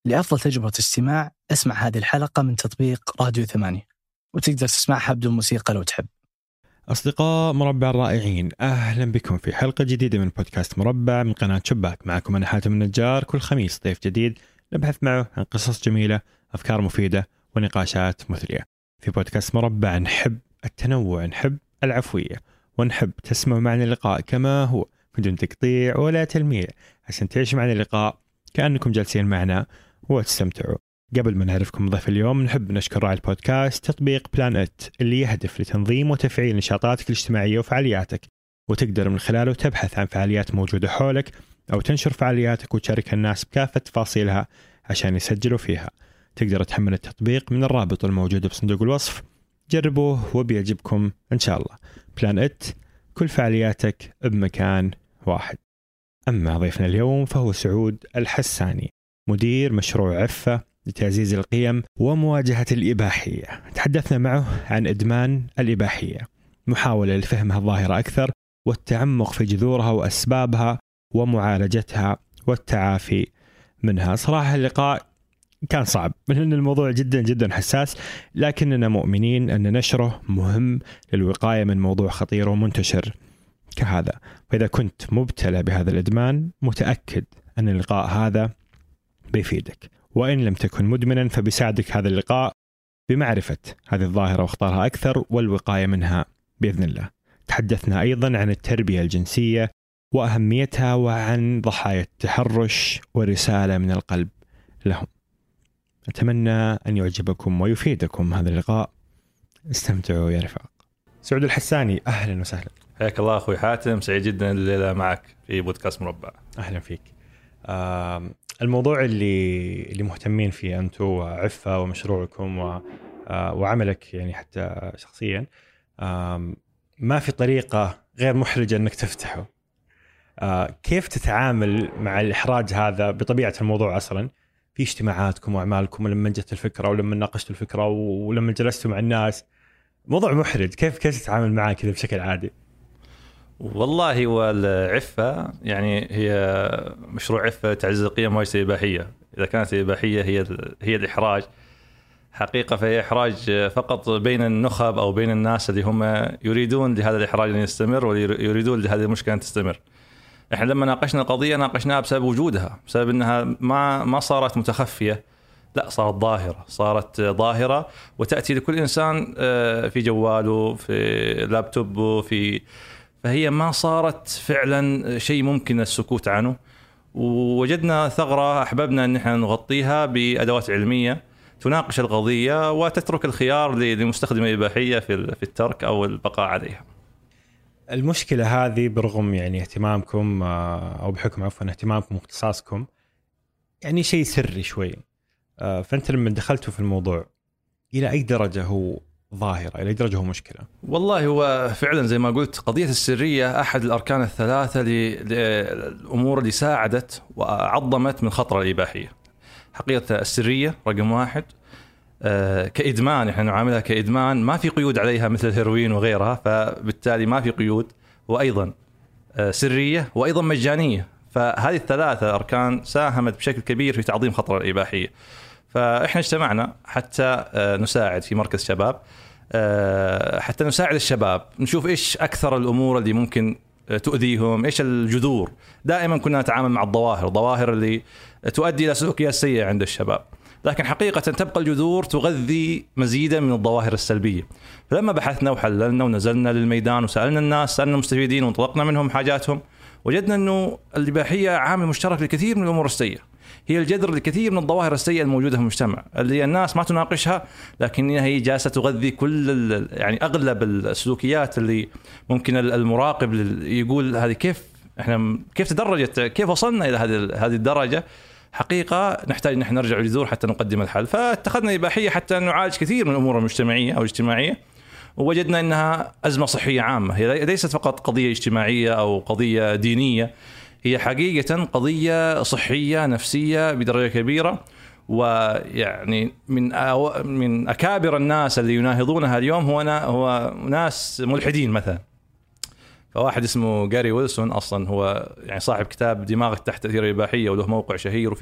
لأفضل تجربة استماع اسمع هذه الحلقة من تطبيق راديو 8، وتقدر تسمعها بدون موسيقى لو تحب. أصدقاء مربع الرائعين، أهلا بكم في حلقة جديدة من بودكاست مربع من قناة شباك. معكم أنا حاتم النجار، كل خميس ضيف جديد نبحث معه عن قصص جميلة، أفكار مفيدة ونقاشات مثرية. في بودكاست مربع نحب التنوع، نحب العفوية، ونحب تسمع معنا اللقاء كما هو بدون تقطيع ولا تلميع، عشان تعيش معنا اللقاء كأنكم جالسين معنا وتستمتعوا. قبل ما نعرفكم ضيف اليوم، نحب نشكر راعي البودكاست تطبيق بلانت اللي يهدف لتنظيم وتفعيل نشاطاتك الاجتماعية وفعالياتك، وتقدر من خلاله تبحث عن فعاليات موجودة حولك أو تنشر فعالياتك وتشارك الناس بكافة تفاصيلها عشان يسجلوا فيها. تقدر تحمل التطبيق من الرابط الموجود بصندوق الوصف. جربوه وبيعجبكم إن شاء الله. بلانت، كل فعالياتك بمكان واحد. أما ضيفنا اليوم فهو سعود الحساني، مدير مشروع عفة لتعزيز القيم ومواجهة الإباحية. تحدثنا معه عن إدمان الإباحية، محاولة لفهم الظاهرة أكثر والتعمق في جذورها وأسبابها ومعالجتها والتعافي منها. صراحة اللقاء كان صعب لأن الموضوع جدا جدا حساس، لكننا مؤمنين أن نشره مهم للوقاية من موضوع خطير ومنتشر كهذا. فإذا كنت مبتلى بهذا الإدمان، متأكد أن اللقاء هذا بيفيدك، وإن لم تكن مدمنا فبيساعدك هذا اللقاء بمعرفة هذه الظاهرة واختارها أكثر والوقاية منها بإذن الله. تحدثنا أيضا عن التربية الجنسية وأهميتها، وعن ضحايا التحرش ورسالة من القلب لهم. أتمنى أن يعجبكم ويفيدكم هذا اللقاء. استمتعوا يا رفاق. سعود الحساني، أهلا وسهلا. حياك الله أخوي حاتم، سعيد جدا الليلة معك في بودكاست مربع. أهلا فيك. الموضوع اللي مهتمين فيه أنتم وعفة ومشروعكم وعملك يعني حتى شخصيا، ما في طريقة غير محرجة أنك تفتحه. كيف تتعامل مع الإحراج هذا بطبيعة الموضوع أصلا في اجتماعاتكم وأعمالكم، ولما جت الفكرة ولما ناقشت الفكرة ولما جلستوا مع الناس؟ موضوع محرج، كيف تتعامل معاه كذا بشكل عادي؟ والله والعفة يعني هي مشروع عفة تعزيز القيم وليس إباحية. إذا كانت الإباحية هي الإحراج حقيقة، فهي إحراج فقط بين النخب أو بين الناس اللي هم يريدون لهذا الإحراج أن يستمر ويريدون لهذه المشكلة أن تستمر. إحنا لما ناقشنا القضية ناقشناها بسبب وجودها، بسبب أنها ما صارت متخفية، لا صارت ظاهرة وتأتي لكل إنسان في جواله، في لابتوبه، فهي ما صارت فعلا شيء ممكن السكوت عنه. ووجدنا ثغرة أحببنا أن احنا نغطيها بأدوات علمية تناقش القضية وتترك الخيار لمستخدم الإباحية في الترك أو البقاء عليها. المشكلة هذه برغم يعني اهتمامكم أو بحكم اهتمامكم واختصاصكم يعني شيء سري شوي، فأنت لما دخلتوا في الموضوع إلى أي درجة هو ظاهرة، إلى أي درجة هو مشكلة؟ والله هو فعلا زي ما قلت، قضية السرية أحد الأركان الثلاثة للأمور اللي ساعدت وعظمت من خطر الإباحية. حقيقة السرية رقم واحد، كإدمان إحنا نعاملها كإدمان، ما في قيود عليها مثل الهيروين وغيرها، فبالتالي ما في قيود، وأيضا سرية، وأيضا مجانية. فهذه الثلاثة أركان ساهمت بشكل كبير في تعظيم خطر الإباحية. فإحنا اجتمعنا حتى نساعد في مركز شباب، حتى نساعد الشباب نشوف إيش أكثر الأمور اللي ممكن تؤذيهم، إيش الجذور. دائما كنا نتعامل مع الظواهر اللي تؤدي إلى سلوكيات سيئة عند الشباب، لكن حقيقة تبقى الجذور تغذي مزيدا من الظواهر السلبية. فلما بحثنا وحللنا ونزلنا للميدان وسألنا الناس، سألنا المستفيدين وانطلقنا منهم حاجاتهم، وجدنا أنه الإباحية عامل مشترك لكثير من الأمور السيئة، هي الجذر لكثير من الظواهر السيئة الموجودة في المجتمع اللي الناس ما تناقشها، لكنها هي جالسة تغذي كل يعني أغلب السلوكيات اللي ممكن المراقب يقول هذه كيف تدرجت، كيف وصلنا إلى هذه الدرجة. حقيقة نحتاج أن احنا نرجع للجذور حتى نقدم الحل. فاتخذنا الإباحية حتى نعالج كثير من الأمور المجتمعية أو الاجتماعية، ووجدنا أنها أزمة صحية عامة، هي ليست فقط قضية اجتماعية أو قضية دينية، هي حقيقة قضية صحية نفسية بدرجة كبيرة. ويعني من أكابر الناس اللي يناهضونها اليوم هو ناس ملحدين مثلا. فواحد اسمه جاري ويلسون أصلا هو يعني صاحب كتاب دماغك تحت تأثير الإباحية، وله موقع شهير وفيه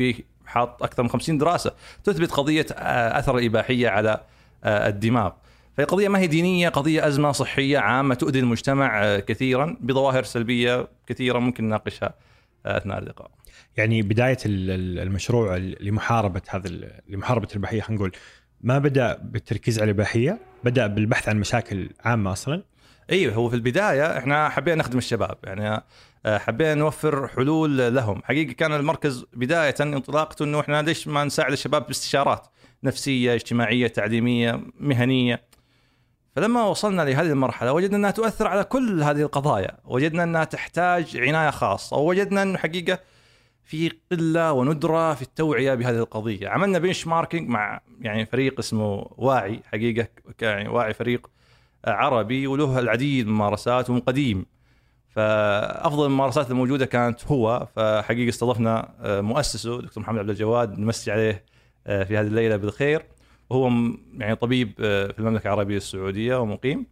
حاط أكثر من 50 دراسة تثبت قضية أثر الإباحية على الدماغ. فهي قضية ما هي دينية، قضية أزمة صحية عامة تؤذي المجتمع كثيرا بظواهر سلبية كثيرة ممكن نناقشها أثناء اللقاء. يعني بداية المشروع لمحاربة الإباحية خلينا نقول ما بدأ بالتركيز على الإباحية، بدأ بالبحث عن مشاكل عامة أصلا. ايوه، هو في البدايه احنا حبينا نخدم الشباب، يعني حبينا نوفر حلول لهم. حقيقه كان المركز بدايه انطلاقته انه احنا ليش ما نساعد الشباب باستشارات نفسيه، اجتماعيه، تعليميه، مهنيه. فلما وصلنا لهذه المرحله وجدنا انها تؤثر على كل هذه القضايا، وجدنا انها تحتاج عنايه خاصه، ووجدنا انه حقيقه في قله وندره في التوعيه بهذه القضيه. عملنا بنش ماركينج مع يعني فريق اسمه واعي، حقيقه يعني واعي فريق عربي وله العديد من الممارسات وقديم. فأفضل الممارسات الموجودة كانت هو، فحقيقة استضفنا مؤسسه دكتور محمد عبد الجواد، نمسي عليه في هذه الليلة بالخير، وهو يعني طبيب في المملكة العربية السعودية ومقيم.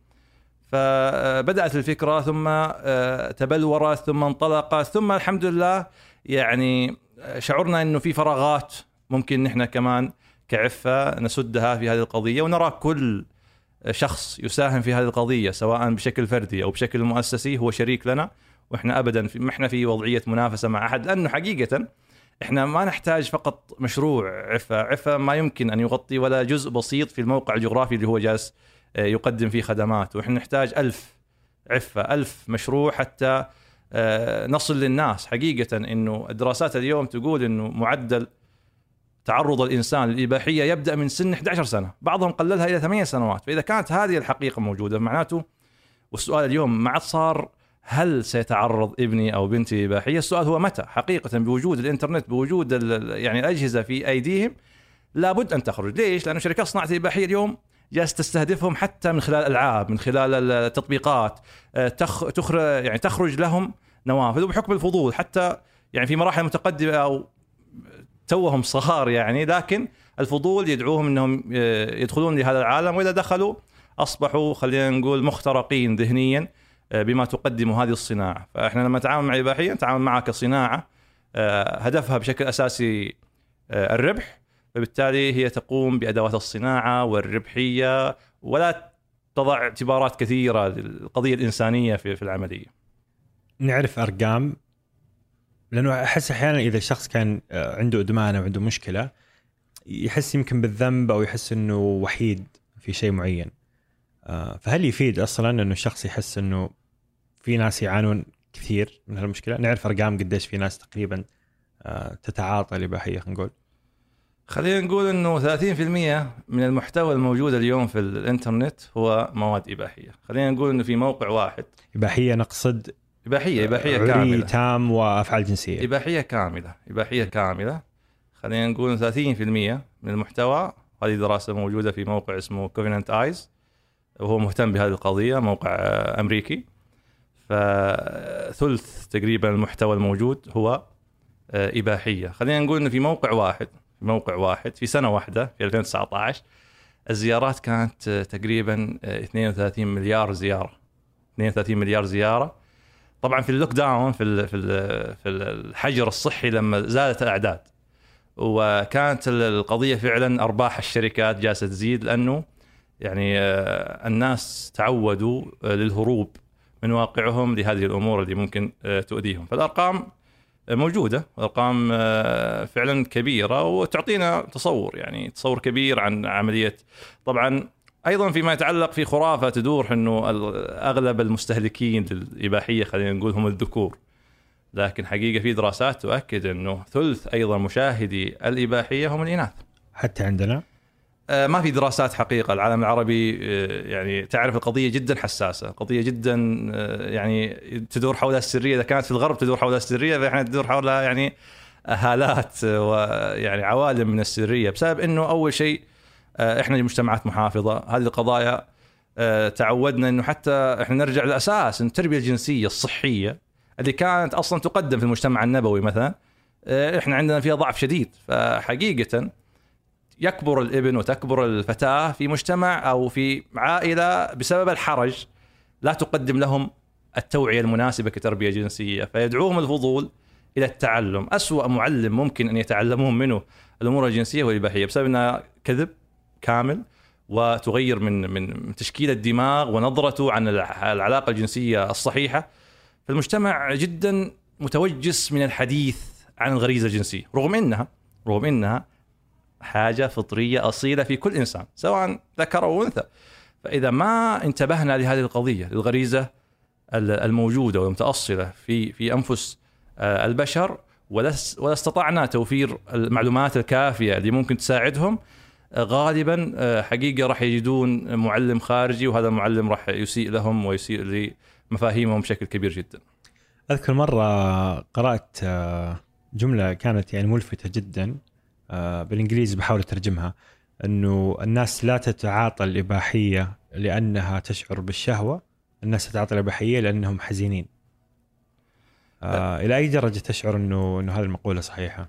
فبدأت الفكرة ثم تبلورت ثم انطلقت، ثم الحمد لله يعني شعرنا أنه في فراغات ممكن نحن كمان كعفة نسدها في هذه القضية، ونرى كل شخص يساهم في هذه القضية سواء بشكل فردي أو بشكل مؤسسي هو شريك لنا، وإحنا أبدا ما إحنا في وضعية منافسة مع أحد، لأنه حقيقة إحنا ما نحتاج فقط مشروع عفة ما يمكن أن يغطي ولا جزء بسيط في الموقع الجغرافي اللي هو جالس يقدم فيه خدمات، وإحنا نحتاج 1000 عفة، 1000 مشروع حتى نصل للناس. حقيقة إنه الدراسات اليوم تقول إنه معدل تعرض الإنسان للإباحية يبدأ من سن 11 سنة، بعضهم قللها إلى 8 سنوات. فإذا كانت هذه الحقيقة موجودة معناته، والسؤال اليوم ما عاد صار هل سيتعرض ابني أو بنتي للإباحية، السؤال هو متى. حقيقة بوجود الإنترنت، بوجود يعني الأجهزة في أيديهم، لابد أن تخرج. ليش؟ لأن شركات صناعة الإباحية اليوم جالس تستهدفهم حتى من خلال الألعاب، من خلال التطبيقات، تخرج لهم نوافذ، وبحكم الفضول حتى يعني في مراحل متقدمة أو توهم صغار يعني، لكن الفضول يدعوهم انهم يدخلون لهذا العالم، واذا دخلوا اصبحوا خلينا نقول مخترقين ذهنيا بما تقدم هذه الصناعه. فاحنا لما نتعامل مع الإباحية نتعامل معها كصناعه هدفها بشكل اساسي الربح، فبالتالي هي تقوم بادوات الصناعه والربحيه ولا تضع اعتبارات كثيره للقضيه الانسانيه في العمليه. نعرف ارقام، لأنه أحس أحياناً إذا الشخص كان عنده إدمان أو عنده مشكلة يحس يمكن بالذنب أو يحس إنه وحيد في شيء معين. فهل يفيد أصلاً إنه الشخص يحس إنه في ناس يعانون كثير من هالمشكلة؟ نعرف أرقام قديش في ناس تقريباً تتعاطى الإباحية. خلينا نقول إنه 30% من المحتوى الموجود اليوم في الإنترنت هو مواد إباحية. خلينا نقول إنه في موقع واحد، إباحية نقصد إباحية كاملة، تام وأفعال جنسية، إباحية كاملة. خلينا نقول 30% من المحتوى. هذه دراسة موجودة في موقع اسمه Covenant Eyes، وهو مهتم بهذه القضية، موقع أمريكي. فثلث تقريبا المحتوى الموجود هو إباحية. خلينا نقول إنه في موقع واحد في سنة واحدة في 2019 الزيارات كانت تقريبا 32 مليار زيارة. 32 مليار زيارة. طبعا في اللوك داون في الحجر الصحي لما زادت الأعداد، وكانت القضية فعلا أرباح الشركات جالسة تزيد، لأنه يعني الناس تعودوا للهروب من واقعهم لهذه الأمور اللي ممكن تؤذيهم. فالأرقام موجودة، أرقام فعلا كبيرة وتعطينا تصور كبير عن عملية. طبعا أيضا فيما يتعلق في خرافة تدور أنه أغلب المستهلكين للإباحية خلينا نقول هم الذكور، لكن حقيقة في دراسات تؤكد أنه ثلث أيضا مشاهدي الإباحية هم الإناث. حتى عندنا ما في دراسات حقيقة. العالم العربي يعني تعرف القضية جدا حساسة، قضية جدا يعني تدور حولها السرية. إذا كانت في الغرب تدور حولها السرية، فإحنا تدور حولها يعني هالات ويعني عوالم من السرية، بسبب أنه أول شيء إحنا مجتمعات محافظة. هذه القضايا تعودنا أنه حتى إحنا نرجع للأساس، التربية الجنسية الصحية اللي كانت أصلا تقدم في المجتمع النبوي مثلا، إحنا عندنا فيها ضعف شديد. فحقيقة يكبر الابن وتكبر الفتاة في مجتمع أو في عائلة بسبب الحرج، لا تقدم لهم التوعية المناسبة كتربية جنسية، فيدعوهم الفضول إلى التعلم. أسوأ معلم ممكن أن يتعلمون منه الأمور الجنسية والإباحية، بسبب أنها كذب كامل، وتغير من تشكيل الدماغ ونظرته عن العلاقة الجنسية الصحيحة. فالمجتمع جدا متوجس من الحديث عن الغريزة الجنسية، رغم إنها حاجة فطرية أصيلة في كل إنسان سواء ذكر أو أنثى. فإذا ما انتبهنا لهذه القضية، للغريزة الموجودة والمتأصلة في أنفس البشر، ولا استطعنا توفير المعلومات الكافية اللي ممكن تساعدهم، غالبا حقيقة راح يجدون معلم خارجي، وهذا المعلم راح يسيء لهم ويسيء لمفاهيمهم بشكل كبير جدا. أذكر مرة قرأت جملة كانت يعني ملفتة جدا بالإنجليزي، بحاول أترجمها، أنه الناس لا تتعاطى الإباحية لأنها تشعر بالشهوة، الناس تتعاطى الإباحية لأنهم حزينين. إلى أي درجة تشعر أنه هذه المقولة صحيحة؟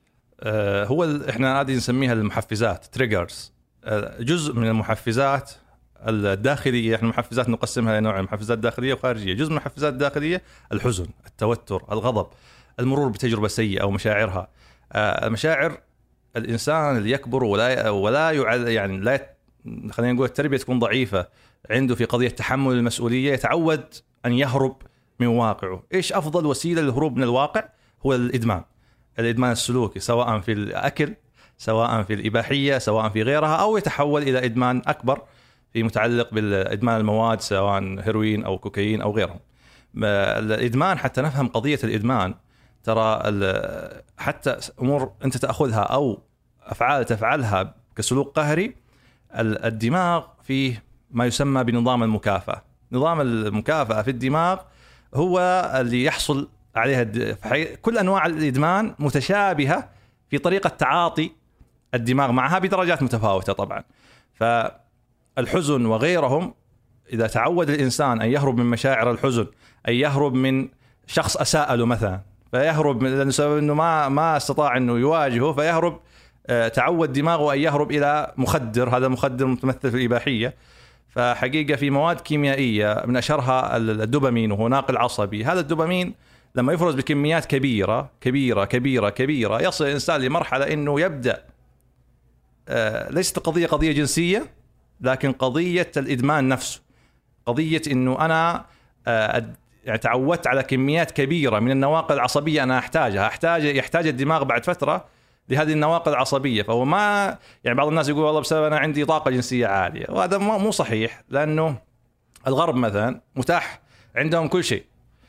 إحنا عادي نسميها المحفزات تريجرز. جزء من المحفزات الداخلية، إحنا المحفزات نقسمها إلى نوعين: محفزات داخلية وخارجية. جزء من المحفزات الداخلية الحزن، التوتر، الغضب، المرور بتجربة سيئة أو مشاعرها. المشاعر الإنسان اللي يكبر ولا يعني لا، خلينا نقول التربية تكون ضعيفة عنده في قضية تحمل المسؤولية، يتعود أن يهرب من واقعه. إيش أفضل وسيلة للهروب من الواقع؟ هو الإدمان السلوكي، سواء في الأكل، سواء في الإباحية، سواء في غيرها، أو يتحول إلى إدمان أكبر في متعلق بالإدمان المواد، سواء هيروين أو كوكايين أو غيرهم. الإدمان، حتى نفهم قضية الإدمان، ترى حتى أمور أنت تأخذها أو أفعال تفعلها كسلوك قهري، الدماغ فيه ما يسمى بنظام المكافأة. نظام المكافأة في الدماغ هو اللي يحصل عليها كل أنواع الإدمان متشابهة في طريقة تعاطي الدماغ معها بدرجات متفاوتة طبعا. فالحزن وغيرهم، إذا تعود الإنسان أن يهرب من مشاعر الحزن، أن يهرب من شخص أساء له مثلا، فيهرب لأنه سبب أنه ما استطاع أنه يواجهه، فيهرب. تعود دماغه أن يهرب إلى مخدر، هذا مخدر متمثل في الإباحية. فحقيقة في مواد كيميائية من أشهرها الدوبامين، وهو ناقل عصبي. هذا الدوبامين لما يفرز بكميات كبيرة كبيرة كبيرة كبيرة، يصل الإنسان لمرحلة أنه يبدأ ليست القضية قضية جنسية، لكن قضية الإدمان نفسه، قضية أنه أنا يعني تعودت على كميات كبيرة من النواقل العصبية أنا يحتاج الدماغ بعد فترة لهذه النواقل العصبية. فهو ما يعني بعض الناس يقول والله بسبب أنا عندي طاقة جنسية عالية، وهذا مو صحيح، لأنه الغرب مثلا متاح عندهم كل شيء،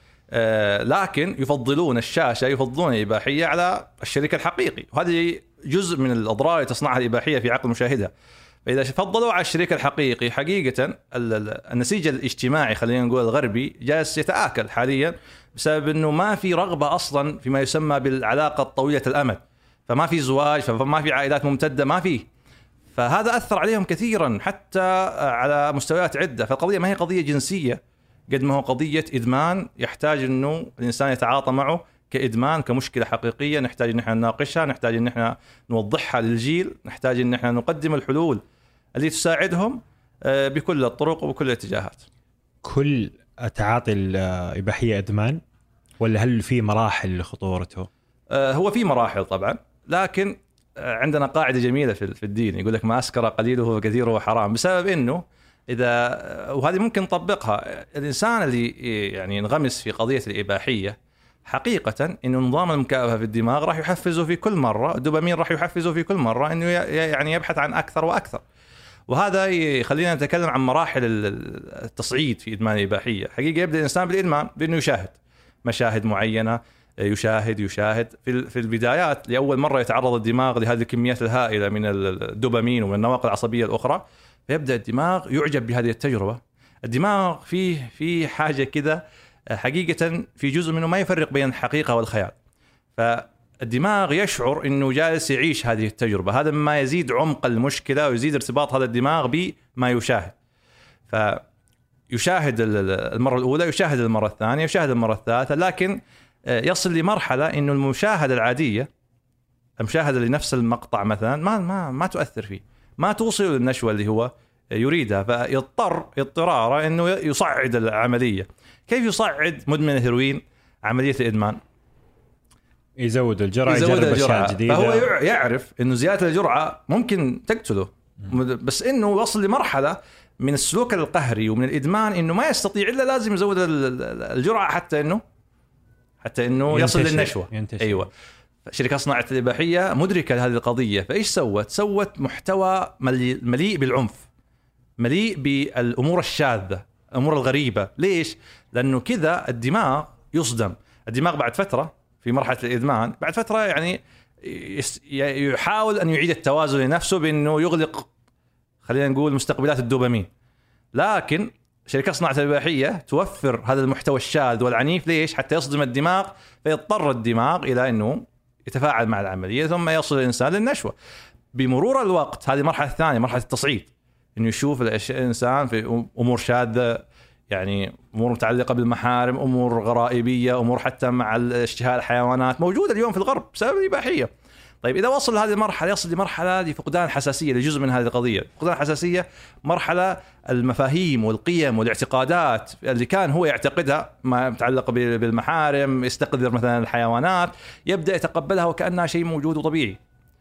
لكن يفضلون الشاشة، يفضلون الإباحية على الشريك الحقيقي، وهذه جزء من الأضرار اللي تصنعها الإباحية في عقل مشاهدها. فإذا فضلوا على الشريك الحقيقي، حقيقة النسيج الاجتماعي خلينا نقول الغربي جالس يتآكل حاليا، بسبب أنه ما في رغبة أصلا فيما يسمى بالعلاقة طويلة الأمد. فما في زواج، فما في عائلات ممتدة، ما في. فهذا أثر عليهم كثيرا حتى على مستويات عدة. فالقضية ما هي قضية جنسية قد ما هو قضية إدمان، يحتاج أنه الإنسان يتعاطى معه كإدمان، كمشكلة حقيقية نحتاج أن احنا نناقشها، نحتاج أن احنا نوضحها للجيل، نحتاج أن احنا نقدم الحلول اللي تساعدهم بكل الطرق وبكل الاتجاهات. كل تعاطي الإباحية إدمان، ولا هل في مراحل لخطورته؟ هو في مراحل طبعا، لكن عندنا قاعدة جميلة في الدين يقول لك ما أسكر قليله وكثيره حرام، بسبب أنه وهذه ممكن نطبقها. الإنسان اللي يعني ينغمس في قضية الإباحية، حقيقة إنه نظام المكافأة في الدماغ راح يحفزه في كل مرة، الدوبامين راح يحفزه في كل مرة إنه يعني يبحث عن أكثر وأكثر. وهذا يخلينا نتكلم عن مراحل التصعيد في إدمان الإباحية. حقيقة يبدأ الإنسان بالإدمان بأنه يشاهد مشاهد معينة، يشاهد في البدايات. لأول مرة يتعرض الدماغ لهذه الكميات الهائلة من الدوبامين ومن النواقل العصبية الأخرى، فيبدأ الدماغ يعجب بهذه التجربة. الدماغ فيه حاجة كذا حقيقة، في جزء منه ما يفرق بين الحقيقة والخيال. فالدماغ يشعر أنه جالس يعيش هذه التجربة. هذا ما يزيد عمق المشكلة ويزيد ارتباط هذا الدماغ بما يشاهد. فيشاهد المرة الأولى، يشاهد المرة الثانية، يشاهد المرة الثالثة، لكن يصل لمرحلة أنه المشاهدة العادية، المشاهدة لنفس المقطع مثلا ما تؤثر فيه، ما توصل للنشوة اللي هو يريدها، فيضطر اضطرارا أنه يصعد العملية. كيف يصعد مدمن الهيروين عملية الإدمان؟ يزود الجرعة، يجرب أشياء جديدة. فهو يعرف إنه زيادة الجرعة ممكن تقتله، بس إنه وصل لمرحلة من السلوك القهري ومن الإدمان إنه ما يستطيع إلا لازم يزود الجرعة حتى إنه يصل للنشوة. أيوة. شركات صناعة الإباحية مدركة لهذه القضية، فإيش سوت محتوى مليء بالعنف، مليء بالأمور الشاذة، الأمور الغريبة. ليش؟ لأنه كذا الدماغ يصدم. الدماغ بعد فترة في مرحلة الإدمان، بعد فترة يعني يحاول أن يعيد التوازن لنفسه بأنه يغلق، خلينا نقول، مستقبلات الدوبامين. لكن شركات صناعة الإباحية توفر هذا المحتوى الشاذ والعنيف. ليش؟ حتى يصدم الدماغ، فيضطر الدماغ إلى أنه يتفاعل مع العملية، ثم يصل الإنسان للنشوة. بمرور الوقت هذه المرحلة الثانية، مرحلة التصعيد، إنه يشوف الإنسان في أمور شاذة، يعني أمور متعلقة بالمحارم، أمور غرائبية، أمور حتى مع اشتهاء الحيوانات موجودة اليوم في الغرب بسبب الإباحية. طيب إذا وصل لهذه المرحلة، يصل لمرحلة لفقدان الحساسية لجزء من هذه القضية. فقدان الحساسية مرحلة المفاهيم والقيم والاعتقادات اللي كان هو يعتقدها ما متعلقة بالمحارم، يستقذر مثلا الحيوانات، يبدأ يتقبلها وكأنها شيء موجود وطبيعي.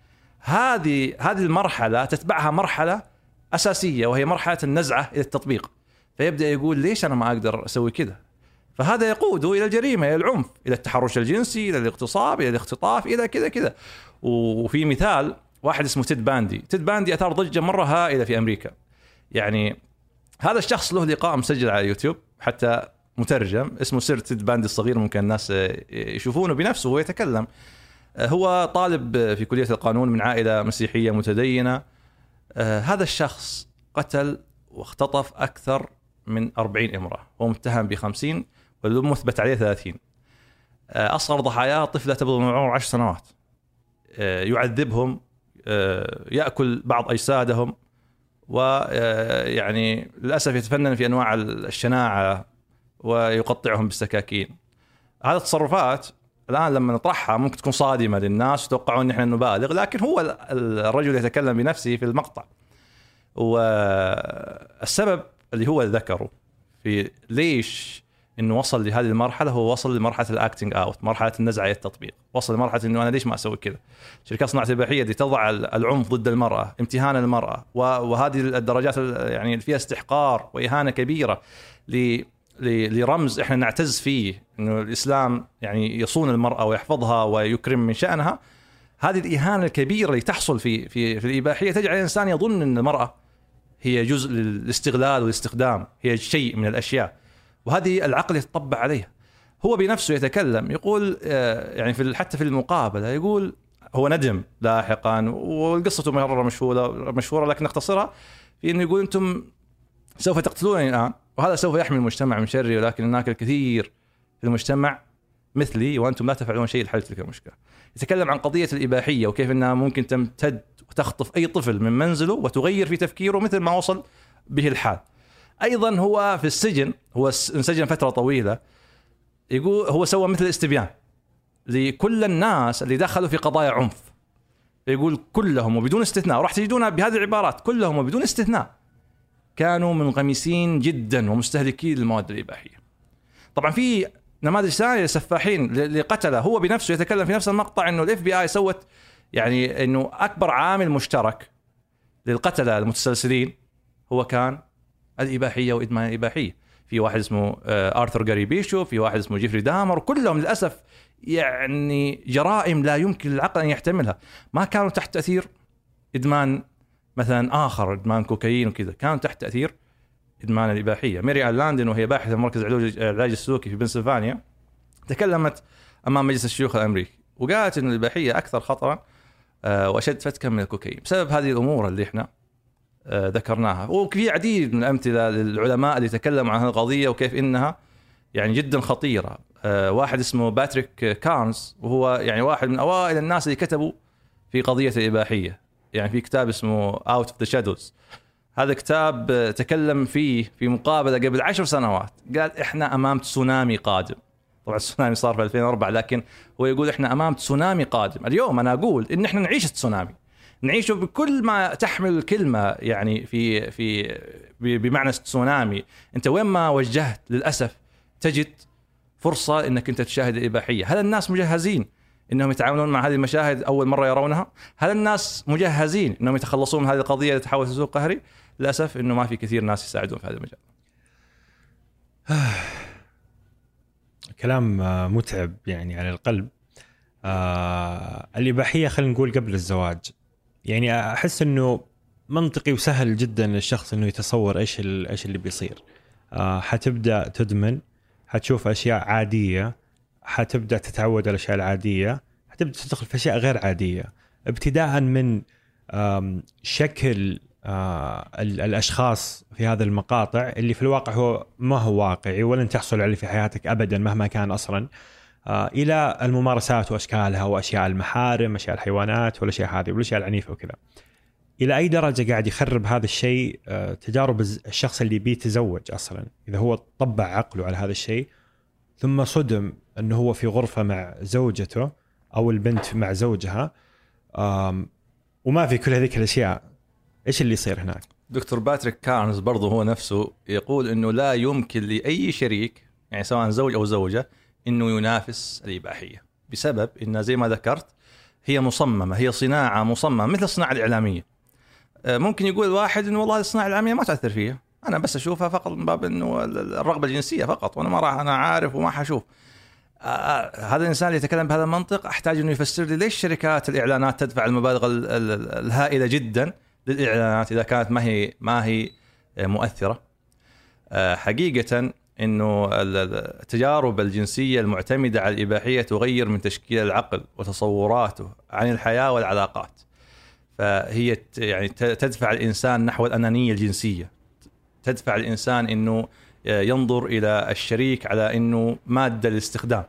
هذه المرحلة تتبعها مرحلة أساسية، وهي مرحلة النزعة إلى التطبيق. فيبدأ يقول ليش أنا ما أقدر أسوي كذا؟ فهذا يقوده إلى الجريمة، إلى العنف، إلى التحرش الجنسي، إلى الاغتصاب، إلى الاختطاف، إلى كذا. وفي مثال واحد اسمه تيد باندي أثار ضجة مرة هائلة في أمريكا. يعني هذا الشخص له لقاء مسجل على يوتيوب حتى مترجم، اسمه سر تيد باندي الصغير، ممكن الناس يشوفونه بنفسه وهو يتكلم. هو طالب في كلية القانون من عائلة مسيحية متدينة. هذا الشخص قتل واختطف أكثر من 40 امرأة، هو متهم ب50 والمثبت عليه 30. أصغر ضحاياه طفلة تبلغ من عمر 10 سنوات. يعذبهم، يأكل بعض أجسادهم، ويعني للأسف يتفنن في أنواع الشناعة ويقطعهم بالسكاكين. هذه التصرفات الآن لما نطرحها ممكن تكون صادمة للناس وتوقعون نحن نبالغ، لكن هو الرجل يتكلم بنفسه في المقطع. والسبب اللي هو ذكره في ليش انه وصل لهذه المرحله، هو وصل لمرحله الاكتنج اوت، مرحله النزعه الى التطبيق. وصل لمرحله انه انا ليش ما اسوي كذا. شركات صناعه الاباحيه اللي تضع العنف ضد المراه، امتهان المراه، وهذه الدرجات يعني فيها استحقار واهانه كبيره لرمز احنا نعتز فيه، انه الاسلام يعني يصون المراه ويحفظها ويكرم من شانها. هذه الاهانه الكبيره اللي تحصل في الاباحيه تجعل الانسان يظن ان المراه هي جزء للاستغلال والاستخدام، هي شيء من الأشياء، وهذه العقل يتطبع عليها. هو بنفسه يتكلم يقول يعني حتى في المقابلة يقول هو ندم لاحقا، والقصة مرة مشهورة لكن نختصرها في أنه يقول أنتم سوف تقتلونني الآن، وهذا سوف يحمي المجتمع من شري، ولكن هناك الكثير في المجتمع مثلي وأنتم لا تفعلون شيء لحل تلك المشكلة. يتكلم عن قضية الإباحية وكيف أنها ممكن تمتد وتخطف أي طفل من منزله وتغير في تفكيره مثل ما وصل به الحال. أيضا هو في السجن، هو انسجن فترة طويلة، يقول هو سوى مثل استبيان لكل الناس اللي دخلوا في قضايا عنف. يقول كلهم وبدون استثناء، وراح تجدونها بهذه العبارات، كلهم وبدون استثناء كانوا منغمسين جدا ومستهلكين للمواد الإباحية. طبعا في نماذج ثانية لسفاحين اللي قتله. هو بنفسه يتكلم في نفس المقطع انه الاف بي اي سوت يعني انه اكبر عامل مشترك للقتلة المتسلسلين هو كان الإباحية وإدمان الإباحية. في واحد اسمه آرثر جاري بيشو، في واحد اسمه جيفري دامر، كلهم للأسف يعني جرائم لا يمكن للعقل أن يحتملها. ما كانوا تحت تأثير إدمان مثلا آخر، إدمان كوكايين وكذا، كانوا تحت تأثير إدمان الإباحية. ميري ألاندن وهي باحثة في مركز العلاج السلوكي في بنسلفانيا تكلمت أمام مجلس الشيوخ الأمريكي وقالت إن الإباحية أكثر خطرا وأشد فتكا من الكوكايين بسبب هذه الأمور اللي إحنا ذكرناها. وفي عديد من الأمثلة للعلماء اللي تكلموا عن هذه القضية وكيف إنها يعني جدا خطيرة. واحد اسمه باتريك كارنز، وهو يعني واحد من أوائل الناس اللي كتبوا في قضية الإباحية، يعني في كتاب اسمه Out of the Shadows. هذا كتاب تكلم فيه في مقابلة قبل 10 سنوات، قال إحنا أمام تسونامي قادم. طبعا التسونامي صار في 2004، لكن هو يقول إحنا أمام تسونامي قادم. اليوم أنا أقول إن إحنا نعيش التسونامي، نعيشه بكل ما تحمل الكلمة، يعني في بمعنى تسونامي. أنت وين ما وجهت للأسف تجد فرصة إنك أنت تشاهد الإباحية. هل الناس مجهزين انهم يتعاملون مع هذه المشاهد اول مره يرونها؟ هل الناس مجهزين انهم يتخلصون من هذه القضيه لتحول تسوق قهري؟ للاسف انه ما في كثير ناس يساعدون في هذا المجال. كلام متعب يعني على القلب. الإباحية خلينا نقول قبل الزواج، يعني أحس إنه منطقي وسهل جدا للشخص إنه يتصور إيش اللي بيصير. حتبدأ تدمن، حتشوف أشياء عادية، حتبدأ تتعود على الأشياء العادية، حتبدأ تدخل في أشياء غير عادية، ابتداء من شكل الأشخاص في هذه المقاطع اللي في الواقع هو ما هو واقعي ولن تحصل عليه في حياتك أبدا مهما كان أصلا، إلى الممارسات وأشكالها وأشياء المحارم، أشياء الحيوانات والأشياء هذه والأشياء العنيفة وكذا. إلى أي درجة قاعد يخرب هذا الشيء تجارب الشخص اللي بيتزوج أصلا، إذا هو طبع عقله على هذا الشيء ثم صدم أنه هو في غرفة مع زوجته أو البنت مع زوجها وما في كل هذه الأشياء، إيش اللي يصير هناك؟ دكتور باتريك كارنز برضه هو نفسه يقول إنه لا يمكن لأي شريك يعني سواء زوج أو زوجة إنه ينافس الإباحية، بسبب إن زي ما ذكرت هي مصممة، هي صناعة مصممة مثل الصناعة الإعلامية. ممكن يقول واحد إنه والله الصناعة الإعلامية ما تأثر فيها، أنا بس أشوفها فقط من باب إنه الرغبة الجنسية فقط، وأنا ما راح أنا عارف وما حشوف. هذا الإنسان اللي يتكلم بهذا المنطق أحتاج إنه يفسر لي ليش شركات الإعلانات تدفع المبالغ الهائلة جدا للإعلانات إذا كانت ما هي مؤثرة. حقيقة إنه التجارب الجنسية المعتمدة على الإباحية تغير من تشكيل العقل وتصوراته عن الحياة والعلاقات، فهي يعني تدفع الإنسان نحو الأنانية الجنسية، تدفع الإنسان إنه ينظر إلى الشريك على إنه مادة للاستخدام،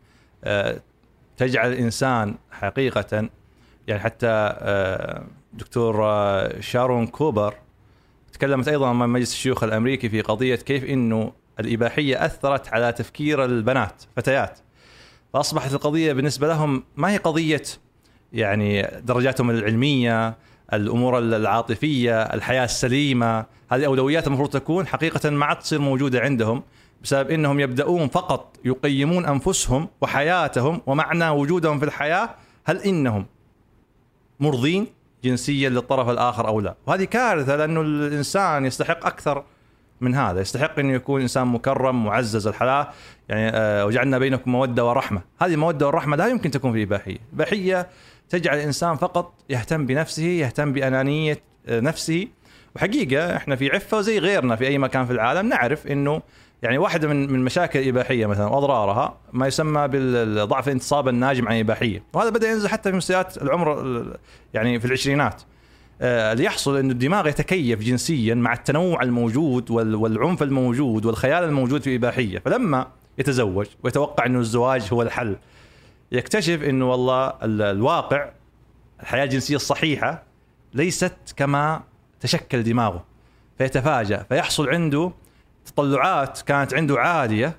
تجعل الإنسان حقيقة يعني حتى دكتور شارون كوبر تكلمت أيضا مع مجلس الشيوخ الأمريكي في قضية كيف إنه الإباحية أثرت على تفكير البنات فتيات، فأصبحت القضية بالنسبة لهم ما هي قضية يعني درجاتهم العلمية، الأمور العاطفية، الحياة السليمة، هذه أولويات المفروض تكون حقيقة ما عاد تصير موجودة عندهم، بسبب إنهم يبدأون فقط يقيمون أنفسهم وحياتهم ومعنى وجودهم في الحياة، هل إنهم مرضين جنسيا للطرف الآخر أو لا. وهذه كارثة، لأنه الإنسان يستحق أكثر من هذا، يستحق أن يكون إنسان مكرم معزز الحياة، يعني وجعلنا بينكم مودة ورحمة. هذه المودة والرحمة لا يمكن تكون في إباحية. إباحية تجعل الإنسان فقط يهتم بنفسه، يهتم بأنانية نفسه. وحقيقة إحنا في عفة وزي غيرنا في أي مكان في العالم نعرف إنه يعني واحدة من مشاكل الإباحية مثلا وأضرارها ما يسمى بالضعف الانتصاب الناجم عن الإباحية، وهذا بدأ ينزل حتى في مستويات العمر يعني في العشرينات. اللي يحصل إنه الدماغ يتكيف جنسيا مع التنوع الموجود والعنف الموجود والخيال الموجود في الإباحية، فلما يتزوج ويتوقع إنه الزواج هو الحل، يكتشف إنه والله الواقع الحياة الجنسية الصحيحة ليست كما تشكل دماغه، فيتفاجأ، فيحصل عنده تطلعات كانت عنده عالية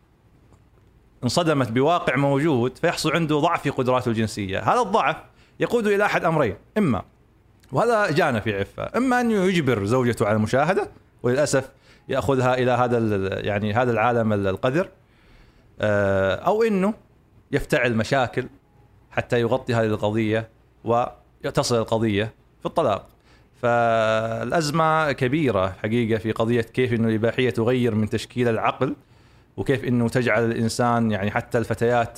انصدمت بواقع موجود، فيحصل عنده ضعف في قدراته الجنسية. هذا الضعف يقود إلى أحد أمرين، إما وهذا جانا في عفة، إما أن يجبر زوجته على المشاهدة وللأسف يأخذها إلى هذا العالم القذر، أو إنه يفتعل مشاكل حتى يغطي هذه القضية وتصل القضية في الطلاق. فالأزمة كبيرة حقيقة في قضية كيف إنه الإباحية تغير من تشكيل العقل، وكيف إنه تجعل الإنسان يعني حتى الفتيات.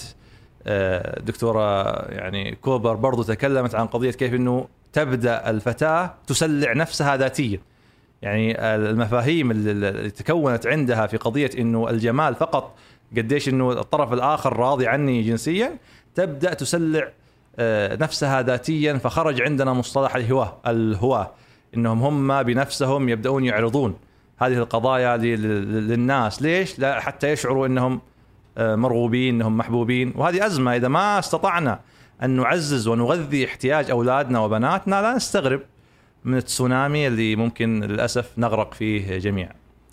دكتورة يعني كوبر برضو تكلمت عن قضية كيف إنه تبدأ الفتاة تسلع نفسها ذاتيا، يعني المفاهيم اللي تكونت عندها في قضية إنه الجمال فقط قديش إنه الطرف الآخر راضي عني جنسيا، تبدأ تسلع نفسها ذاتيا. فخرج عندنا مصطلح الهواة، إنهم هم بنفسهم يبدأون يعرضون هذه القضايا للناس. ليش؟ لا حتى يشعروا إنهم مرغوبين، إنهم محبوبين. وهذه أزمة إذا ما استطعنا أن نعزز ونغذي احتياج أولادنا وبناتنا لا نستغرب من التسونامي اللي ممكن للأسف نغرق فيه جميعا.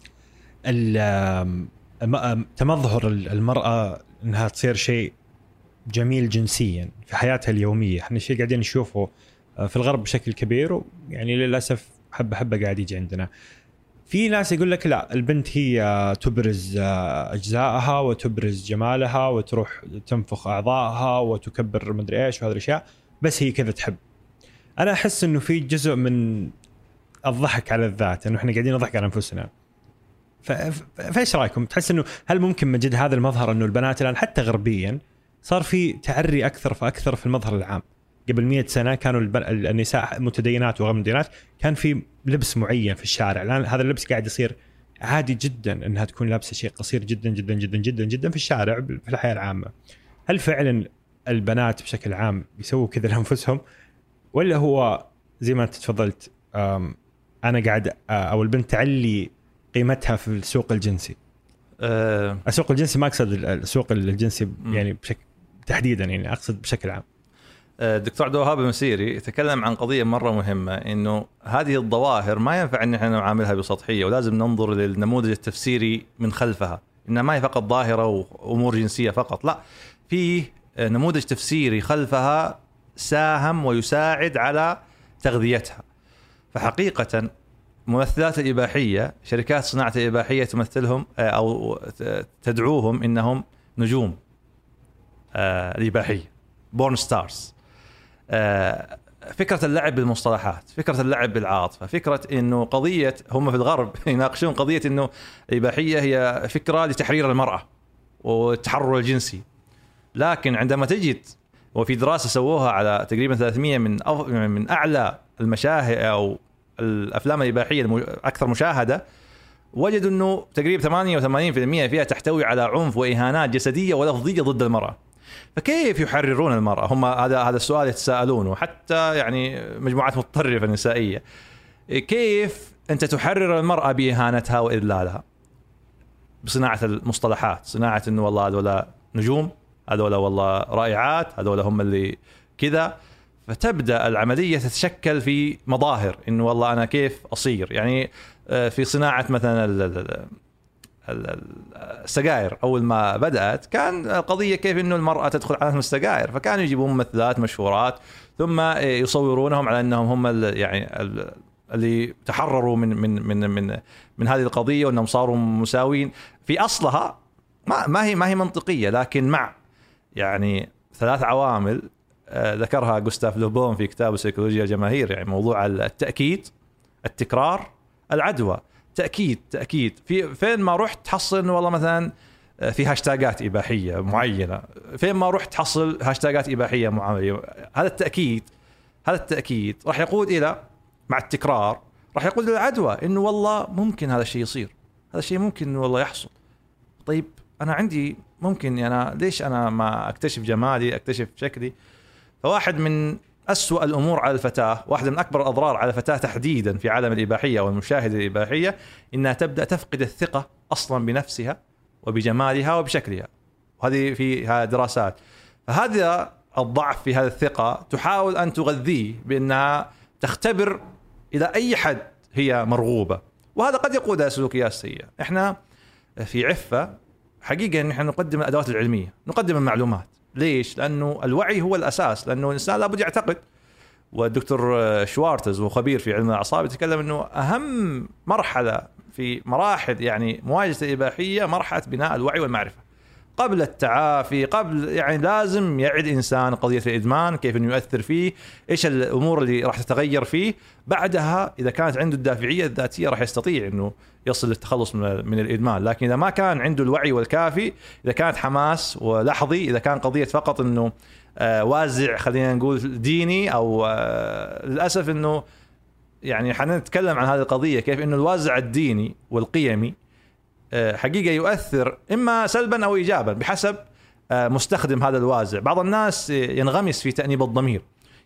تمظهر المرأة أنها تصير شيء جميل جنسيا في حياتها اليومية، احنا شيء قاعدين نشوفه في الغرب بشكل كبير، يعني للأسف حبة قاعد يجي عندنا. في ناس يقول لك لا، البنت هي تبرز أجزائها وتبرز جمالها وتروح تنفخ أعضائها وتكبر مدري إيش وهذه الأشياء، بس هي كذا تحب. أنا أحس إنه في جزء من الضحك على الذات، إنه إحنا قاعدين نضحك على أنفسنا. فإيش رأيكم؟ تحس إنه هل ممكن مجد هذا المظهر إنه البنات الآن حتى غربيا صار في تعري أكثر فأكثر في المظهر العام؟ قبل 100 سنة كانوا النساء متدينات وغير متدينات كان في لبس معين في الشارع، الآن هذا اللبس قاعد يصير عادي جدا إنها تكون لابسة شيء قصير جدا جدا جدا جدا جدا في الشارع في الحياة العامة. هل فعلا البنات بشكل عام يسووا كذا لأنفسهم، ولا هو زي ما أنت تفضلت أنا قاعد أو البنت تعلي قيمتها في السوق الجنسي؟ السوق الجنسي ما أقصد السوق الجنسي يعني بشكل تحديدا، يعني أقصد بشكل عام. الدكتور عبد الوهاب المسيري تكلم عن قضية مرة مهمة، إنه هذه الظواهر ما ينفع إن إحنا نعاملها بسطحية، ولازم ننظر للنموذج التفسيري من خلفها، إنها ما هي فقط ظاهرة وأمور جنسية فقط، لا، في نموذج تفسيري خلفها ساهم ويساعد على تغذيتها. فحقيقة ممثلات الإباحية، شركات صناعة الإباحية تمثلهم أو تدعوهم إنهم نجوم الإباحية، بورن ستارز. فكرة اللعب بالمصطلحات، فكرة اللعب بالعاطفة، فكرة إنه قضية هم في الغرب يناقشون قضية إنه الإباحية هي فكرة لتحرير المرأة والتحرر الجنسي. لكن عندما تجد، وفي دراسة سووها على تقريبا 300 من أعلى المشاهد أو الأفلام الإباحية أكثر مشاهدة، وجدوا إنه تقريبا 88% فيها تحتوي على عنف وإهانات جسدية ولفظية ضد المرأة. فكيف يحررون المرأة؟ هم هذا السؤال يتساءلونه، حتى يعني مجموعات متطرفة نسائية. كيف أنت تحرر المرأة بإهانتها وإذلالها؟ بصناعة المصطلحات، صناعة إنه والله هذول نجوم، هذول والله رائعات، هذول هم اللي كذا. فتبدأ العملية تتشكل في مظاهر إنه والله أنا كيف أصير، يعني في صناعة مثلا السجائر. أول ما بدأت كان القضية كيف إنه المرأة تدخل على السجائر، فكانوا يجيبون ممثلات مشهورات ثم يصورونهم على أنهم هم يعني اللي تحرروا من هذه القضية، وأنهم صاروا مساوين. في أصلها ما هي منطقية، لكن مع يعني 3 عوامل ذكرها غوستاف لوبون في كتابه سيكولوجيا الجماهير، يعني موضوع التأكيد، التكرار، العدوى. تأكيد فين ما رحت تحصل إنه والله مثلا في هاشتاجات إباحية معينة، فين ما رحت تحصل هاشتاجات إباحية معينة. هذا التأكيد راح يقود إلى، مع التكرار راح يقود إلى العدوى، إنه والله ممكن هذا الشيء يصير، هذا الشيء ممكن إنه والله يحصل. طيب أنا عندي ممكن، أنا ليش أنا ما أكتشف جمالي، أكتشف شكلي؟ فواحد من أسوأ الأمور على الفتاة، واحدة من أكبر الأضرار على الفتاة تحديدا في عالم الإباحية والمشاهدة الإباحية، إنها تبدأ تفقد الثقة أصلا بنفسها وبجمالها وبشكلها. وهذه فيها دراسات. فهذا الضعف في هذه الثقة تحاول أن تغذيه بأنها تختبر إلى أي حد هي مرغوبة، وهذا قد يقود إلى سلوكيات سيئة. إحنا في عفة حقيقة إن إحنا نقدم الأدوات العلمية، نقدم المعلومات. ليش؟ لأنه الوعي هو الأساس، لأنه الإنسان لابد يعتقد. والدكتور شوارتز وخبير في علم الأعصاب يتكلم أنه أهم مرحلة في مراحل يعني مواجهة الإباحية مرحلة بناء الوعي والمعرفة قبل التعافي، قبل يعني لازم يعد إنسان قضية الإدمان كيف إنه يؤثر فيه، إيش الأمور اللي راح تتغير فيه. بعدها إذا كانت عنده الدافعية الذاتية راح يستطيع إنه يصل للتخلص من الإدمان. لكن إذا ما كان عنده الوعي والكافي، إذا كانت حماس ولحظي، إذا كان قضية فقط إنه وازع خلينا نقول ديني، أو للأسف إنه يعني حنتكلم عن هذه القضية كيف إنه الوازع الديني والقيمي حقيقة يؤثر إما سلبا أو إيجابا بحسب مستخدم هذا الوازع. بعض الناس ينغمس في تأنيب الضمير،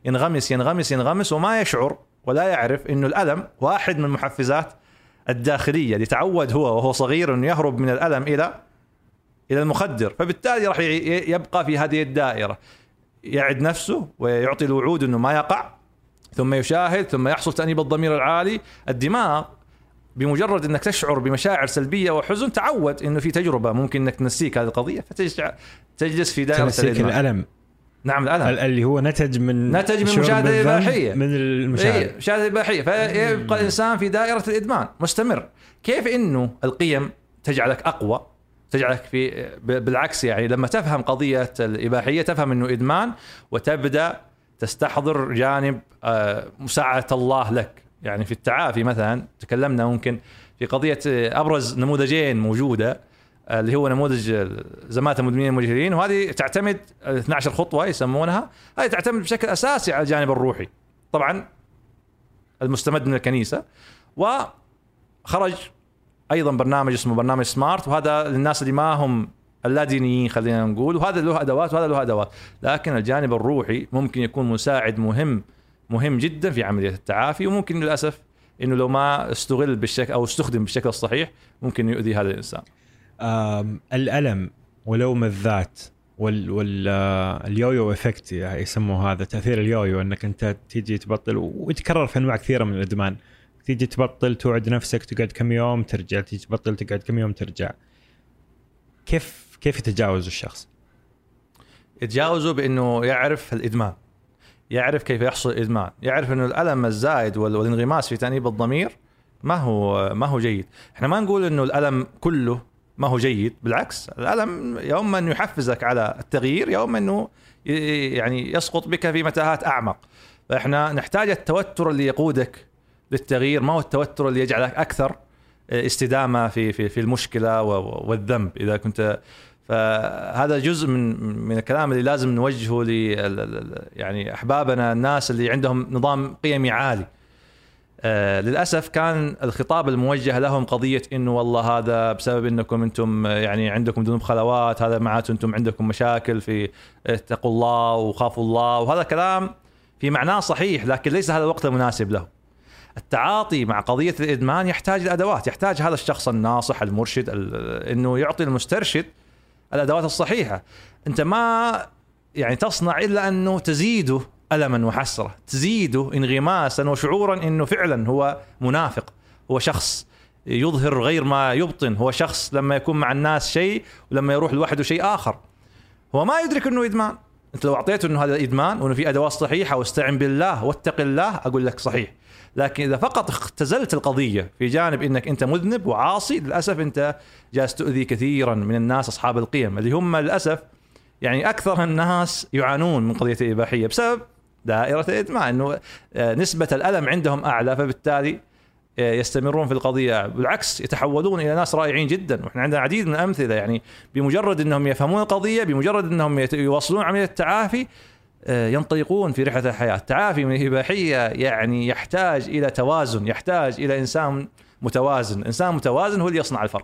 ينغمس وما يشعر ولا يعرف إنه الألم واحد من المحفزات الداخلية اللي تعود هو وهو صغير إنه يهرب من الألم إلى المخدر. فبالتالي راح يبقى في هذه الدائرة، يعد نفسه ويعطي الوعود إنه ما يقع، ثم يشاهد، ثم يحصل تأنيب الضمير العالي. الدماغ بمجرد انك تشعر بمشاعر سلبيه وحزن تعود انه في تجربه ممكن انك تنسيك هذه القضيه، فتجلس في دائره الالم. نعم الألم اللي هو نتج من مشاهدة إباحية، من المشاهدة مشاهدة إباحية، فيبقى الإنسان في دائرة الإدمان مستمر. كيف إنه القيم تجعلك أقوى، تجعلك في بالعكس، يعني لما تفهم قضية الإباحية تفهم إنه إدمان، وتبدأ تستحضر جانب مساعدة الله لك. يعني في التعافي مثلا تكلمنا ممكن في قضية أبرز نموذجين موجودة، اللي هو نموذج زمالة المدمنين المجهرين، وهذه تعتمد 12 خطوة يسمونها، هذه تعتمد بشكل أساسي على الجانب الروحي طبعا المستمد من الكنيسة. وخرج أيضا برنامج اسمه برنامج سمارت، وهذا للناس اللي ما هم اللادينيين خلينا نقول، وهذا له أدوات وهذا له أدوات، لكن الجانب الروحي ممكن يكون مساعد مهم جدا في عملية التعافي، وممكن للأسف إنه لو ما استغل بالشكل أو استخدم بالشكل الصحيح ممكن يؤذي هذا الإنسان. الألم ولوم الذات واليويو إفكت يسموه هذا، تأثير اليويو، أنك أنت تيجي تبطل ويتكرر في أنواع كثيرة من الإدمان، تيجي تبطل توعد نفسك تقعد كم يوم ترجع، تيجي تبطل تقعد كم يوم ترجع. كيف يتجاوز الشخص؟ يتجاوزه بأنه يعرف الإدمان، يعرف كيف يحصل الإدمان، يعرف أنه الألم الزائد والانغماس في تأنيب الضمير ما هو جيد. احنا ما نقول أنه الألم كله ما هو جيد، بالعكس الألم يوم أنه يحفزك على التغيير، يوم أنه يعني يسقط بك في متاهات أعمق. فإحنا نحتاج التوتر اللي يقودك للتغيير، ما هو التوتر اللي يجعلك أكثر استدامة في المشكلة والذنب إذا كنت. فهذا جزء من الكلام اللي لازم نوجهه يعني أحبابنا الناس اللي عندهم نظام قيمي عالي. للأسف كان الخطاب الموجه لهم قضية إنه والله هذا بسبب إنكم أنتم يعني عندكم ذنوب خلوات، هذا معناته أنتم عندكم مشاكل في اتقوا الله وخافوا الله، وهذا كلام في معناه صحيح، لكن ليس هذا الوقت المناسب له. التعاطي مع قضية الإدمان يحتاج الأدوات، يحتاج هذا الشخص الناصح المرشد إنه يعطي المسترشد الأدوات الصحيحة. أنت ما يعني تصنع إلا أنه تزيده ألما وحسرة، تزيده انغماسا وشعورا إنه فعلا هو منافق، هو شخص يظهر غير ما يبطن، هو شخص لما يكون مع الناس شيء ولما يروح لوحده شيء آخر. هو ما يدرك إنه إدمان. أنت لو أعطيته إنه هذا إدمان وإنه في أدوات صحيحة واستعن بالله واتق الله، أقول لك صحيح. لكن إذا فقط اختزلت القضية في جانب إنك أنت مذنب وعاصي، للأسف أنت جالس تؤذي كثيرا من الناس أصحاب القيم، اللي هم للأسف يعني أكثر الناس يعانون من قضية الإباحية بسبب دائرة الإدمان، إنه نسبة الألم عندهم أعلى، فبالتالي يستمرون في القضية. بالعكس يتحولون إلى ناس رائعين جدا، وإحنا عندنا عديد من الأمثلة. يعني بمجرد أنهم يفهمون القضية، بمجرد أنهم يواصلون عملية التعافي، ينطلقون في رحلة الحياة. التعافي من الإباحية يعني يحتاج إلى توازن، يحتاج إلى إنسان متوازن. إنسان متوازن هو اللي يصنع الفرق.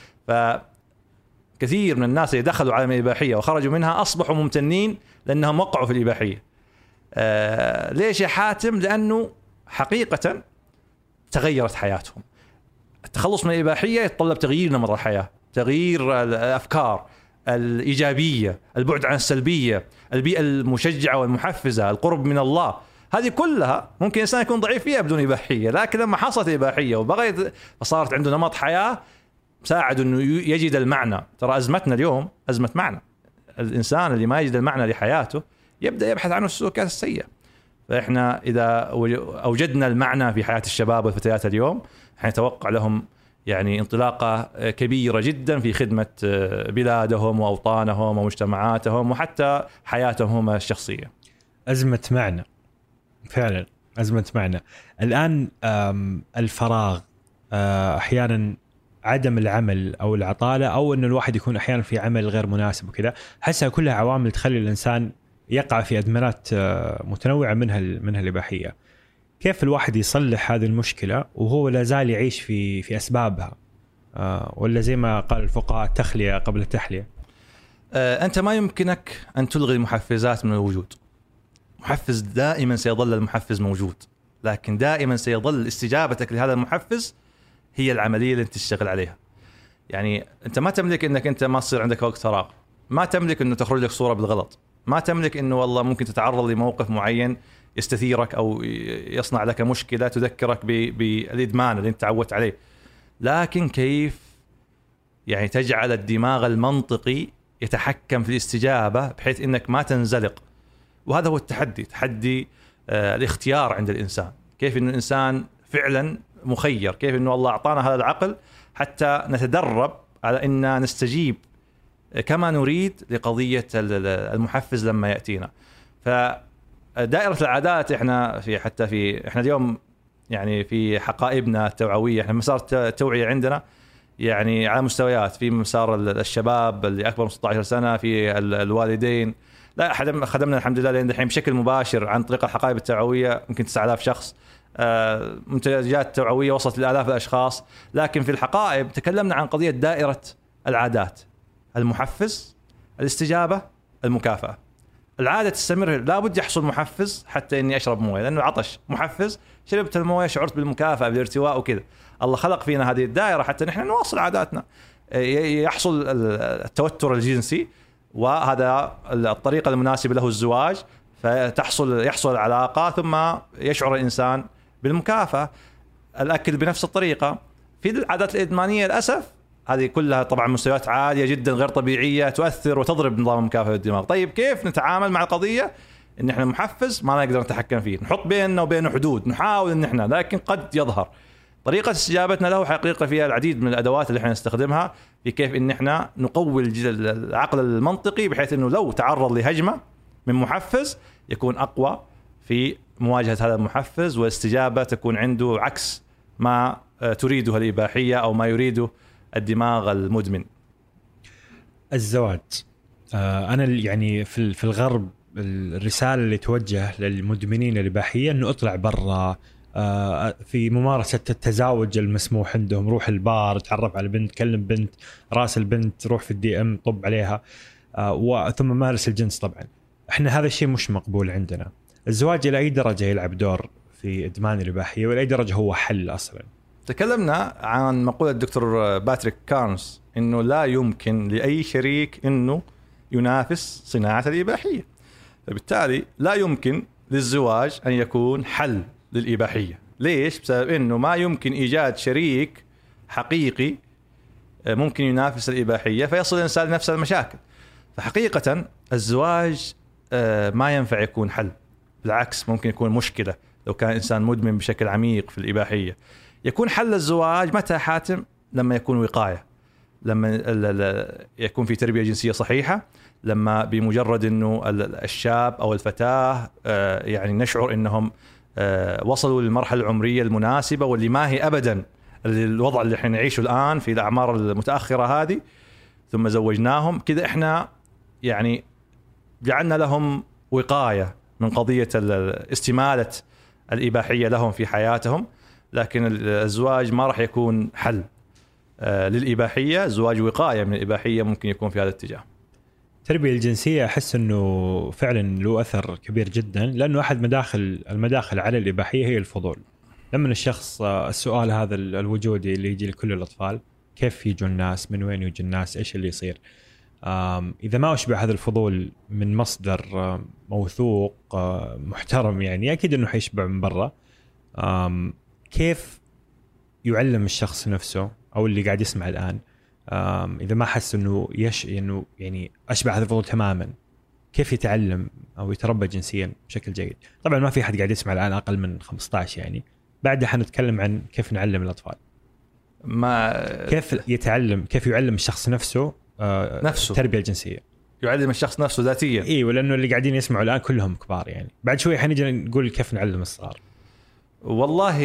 فكثير من الناس اللي دخلوا عالم الإباحية وخرجوا منها أصبحوا ممتنين لأنهم وقعوا في الإباحية. ليش يا حاتم؟ لأنه حقيقة تغيرت حياتهم. التخلص من الإباحية يتطلب تغيير نمط الحياة، تغيير الأفكار الإيجابية، البعد عن السلبية، البيئة المشجعة والمحفزة، القرب من الله. هذه كلها ممكن إنسان يكون ضعيف فيها بدون إباحية، لكن لما حصلت إباحية وبغيت فصارت عنده نمط حياة ساعد إنه يجد المعنى. ترى أزمتنا اليوم أزمة معنى. الإنسان اللي ما يجد المعنى لحياته يبدأ يبحث عنه السلوكيات السيئة. فإحنا إذا أوجدنا المعنى في حياة الشباب والفتيات اليوم، حنتوقع لهم يعني انطلاقة كبيرة جدا في خدمة بلادهم وأوطانهم ومجتمعاتهم وحتى حياتهم الشخصية. أزمة معنى، فعلا أزمة معنى. الآن الفراغ، أحيانا عدم العمل أو العطالة، أو أن الواحد يكون أحيانا في عمل غير مناسب وكذا، حسها كلها عوامل تخلي الإنسان يقع في أدمانات متنوعة منها الإباحية. كيف الواحد يصلح هذه المشكلة وهو لا زال يعيش في أسبابها، ولا زي ما قال الفقهاء التخلية قبل التحلية؟ أنت ما يمكنك أن تلغي المحفزات من الوجود. محفز دائما سيظل المحفز موجود، لكن دائما سيظل استجابتك لهذا المحفز هي العملية اللي تشتغل عليها. يعني أنت ما تملك أنك أنت ما تصير عندك وقت فراغ، ما تملك أنه تخرج لك صورة بالغلط، ما تملك أنه والله ممكن تتعرض لموقف معين يستثيرك أو يصنع لك مشكلة تذكرك بالإدمان اللي أنت تعودت عليه. لكن كيف يعني تجعل الدماغ المنطقي يتحكم في الاستجابة بحيث أنك ما تنزلق وهذا هو التحدي، تحدي الاختيار عند الإنسان. كيف إنه الإنسان فعلا مخير، كيف إنه الله أعطانا هذا العقل حتى نتدرب على إن نستجيب كما نريد لقضية المحفز لما يأتينا. فدائرة العادات إحنا إحنا اليوم يعني في حقائبنا التوعوية، إحنا مسار التوعية عندنا يعني على مستويات، في مسار الشباب اللي أكبر من 16 سنة، في الوالدين. لا خدمنا الحمد لله لين الحين بشكل مباشر عن طريق الحقائب التوعوية يمكن 9000 شخص، منتجات توعوية وصلت لآلاف الأشخاص. لكن في الحقائب تكلمنا عن قضية دائرة العادات: المحفز، الاستجابة، المكافأة. العادة تستمر، لابد يحصل محفز حتى إني أشرب موية، لأنه عطش، محفز، شربت الموية، شعرت بالمكافأة، بالارتواء وكذا. الله خلق فينا هذه الدائرة حتى نحن نواصل عاداتنا. يحصل التوتر الجنسي، وهذا الطريقة المناسبة له الزواج، يحصل العلاقة، ثم يشعر الإنسان بالمكافأة. الأكل بنفس الطريقة. في العادات الإدمانية للأسف هذه كلها طبعا مستويات عالية جدا غير طبيعية، تؤثر وتضرب نظام المكافأة الدماغ. طيب كيف نتعامل مع القضية إن إحنا المحفز ما نقدر نتحكم فيه، نحط بيننا وبينه حدود، نحاول إن إحنا، لكن قد يظهر. طريقة استجابتنا له حقيقة فيها العديد من الأدوات اللي إحنا نستخدمها في كيف إن إحنا نقوي العقل المنطقي، بحيث إنه لو تعرض لهجمة من محفز يكون أقوى في مواجهة هذا المحفز، والاستجابة تكون عنده عكس ما تريده الإباحية أو ما يريده الدماغ المدمن. الزواج، أنا يعني في الغرب الرسالة اللي توجه للمدمنين الإباحية إنه اطلع برا في ممارسة التزاوج المسموح عندهم، روح البار، تعرف على بنت، كلم بنت، راس البنت، روح في الDM، طب عليها، ثم مارس الجنس. طبعا احنا هذا الشيء مش مقبول عندنا. الزواج إلى أي درجة يلعب دور في إدمان الإباحية، وإلى أي درجة هو حل أصلا؟ تكلمنا عن مقولة الدكتور باتريك كارنز إنه لا يمكن لأي شريك إنه ينافس صناعة الإباحية، فبالتالي لا يمكن للزواج أن يكون حل للإباحية. ليش؟ بسبب إنه ما يمكن إيجاد شريك حقيقي ممكن ينافس الإباحية فيصل الإنسان لنفس المشاكل. فحقيقة الزواج ما ينفع يكون حل، بالعكس ممكن يكون مشكلة. لو كان إنسان مدمن بشكل عميق في الإباحية، يكون حل الزواج متى حاتم؟ لما يكون وقاية، لما يكون في تربية جنسية صحيحة، لما بمجرد إنه الشاب أو الفتاة يعني نشعر إنهم وصلوا للمرحلة العمرية المناسبة، واللي ما هي أبدا الوضع اللي احنا نعيشه الآن في الأعمار المتأخرة هذه، ثم زوجناهم كذا، احنا يعني جعلنا لهم وقاية من قضية استمالة الإباحية لهم في حياتهم. لكن الزواج ما راح يكون حل للإباحية، الزواج وقاية من الإباحية ممكن يكون في هذا الاتجاه. التربية الجنسية أحس أنه فعلا له أثر كبير جدا، لأنه أحد المداخل على الإباحية هي الفضول. لما الشخص السؤال هذا الوجودي اللي يجي لكل الأطفال، كيف يجوا الناس، من وين يجي الناس، إيش اللي يصير، إذا ما أشبع هذا الفضول من مصدر موثوق محترم، يعني أكيد أنه حيشبع من برا. كيف يعلم الشخص نفسه أو اللي قاعد يسمع الآن إذا ما حس إنه إنه يعني أشبع هذا الفضول تماما، كيف يتعلم أو يتربى جنسيا بشكل جيد؟ طبعا ما في حد قاعد يسمع الآن أقل من 15 يعني. بعدها حنتكلم عن كيف نعلم الأطفال، كيف يتعلم، كيف يعلم الشخص نفسه التربية الجنسية، يعلم الشخص نفسه ذاتيا. إيه، ولأنه اللي قاعدين يسمعوا الآن كلهم كبار يعني. بعد شوي حنيجي نقول كيف نعلم الصغار. والله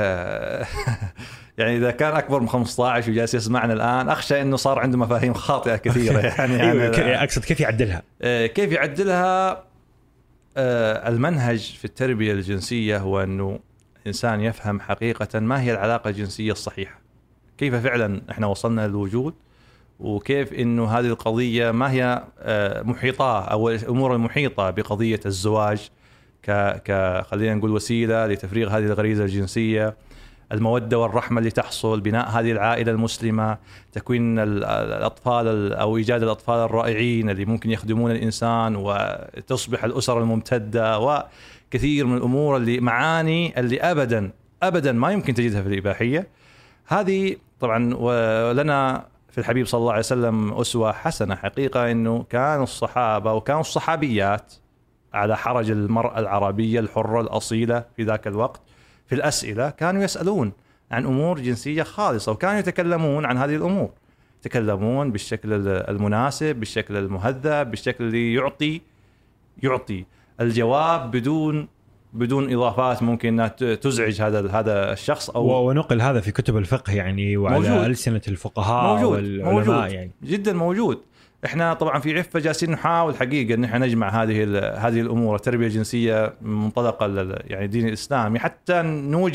يعني إذا كان أكبر من 15 وجالس يسمعنا الآن، أخشى إنه صار عنده مفاهيم خاطئة كثيرة يعني أقصد كيف يعدلها. كيف يعدلها؟ المنهج في التربية الجنسية هو أنه الإنسان يفهم حقيقة ما هي العلاقة الجنسية الصحيحة، كيف فعلا إحنا وصلنا للوجود، وكيف إنه هذه القضية ما هي محيطة أو الأمور المحيطة بقضية الزواج خلينا نقول وسيلة لتفريغ هذه الغريزة الجنسية، المودة والرحمة اللي تحصل، بناء هذه العائلة المسلمة، تكوين الأطفال أو إيجاد الأطفال الرائعين اللي ممكن يخدمون الإنسان وتصبح الأسر الممتدة، وكثير من الأمور اللي معاني اللي أبدا ما يمكن تجدها في الإباحية. هذه طبعا ولنا في الحبيب صلى الله عليه وسلم أسوة حسنة حقيقة، إنه كانوا الصحابة وكانوا الصحابيات على حرج المرأة العربية الحرة الأصيلة في ذاك الوقت. في الأسئلة كانوا يسألون عن أمور جنسية خالصة، وكانوا يتكلمون عن هذه الأمور، يتكلمون بالشكل المناسب، بالشكل المهذب، بالشكل اللي يعطي الجواب بدون إضافات ممكن أنها تزعج هذا الشخص. ونقل هذا في كتب الفقه يعني، وعلى موجود. ألسنة الفقهاء والعلماء يعني. جدا موجود. احنا طبعا في عفة جالسين نحاول حقيقة ان احنا نجمع هذه الامور، التربية الجنسية من منطلق يعني الدين الاسلامي، حتى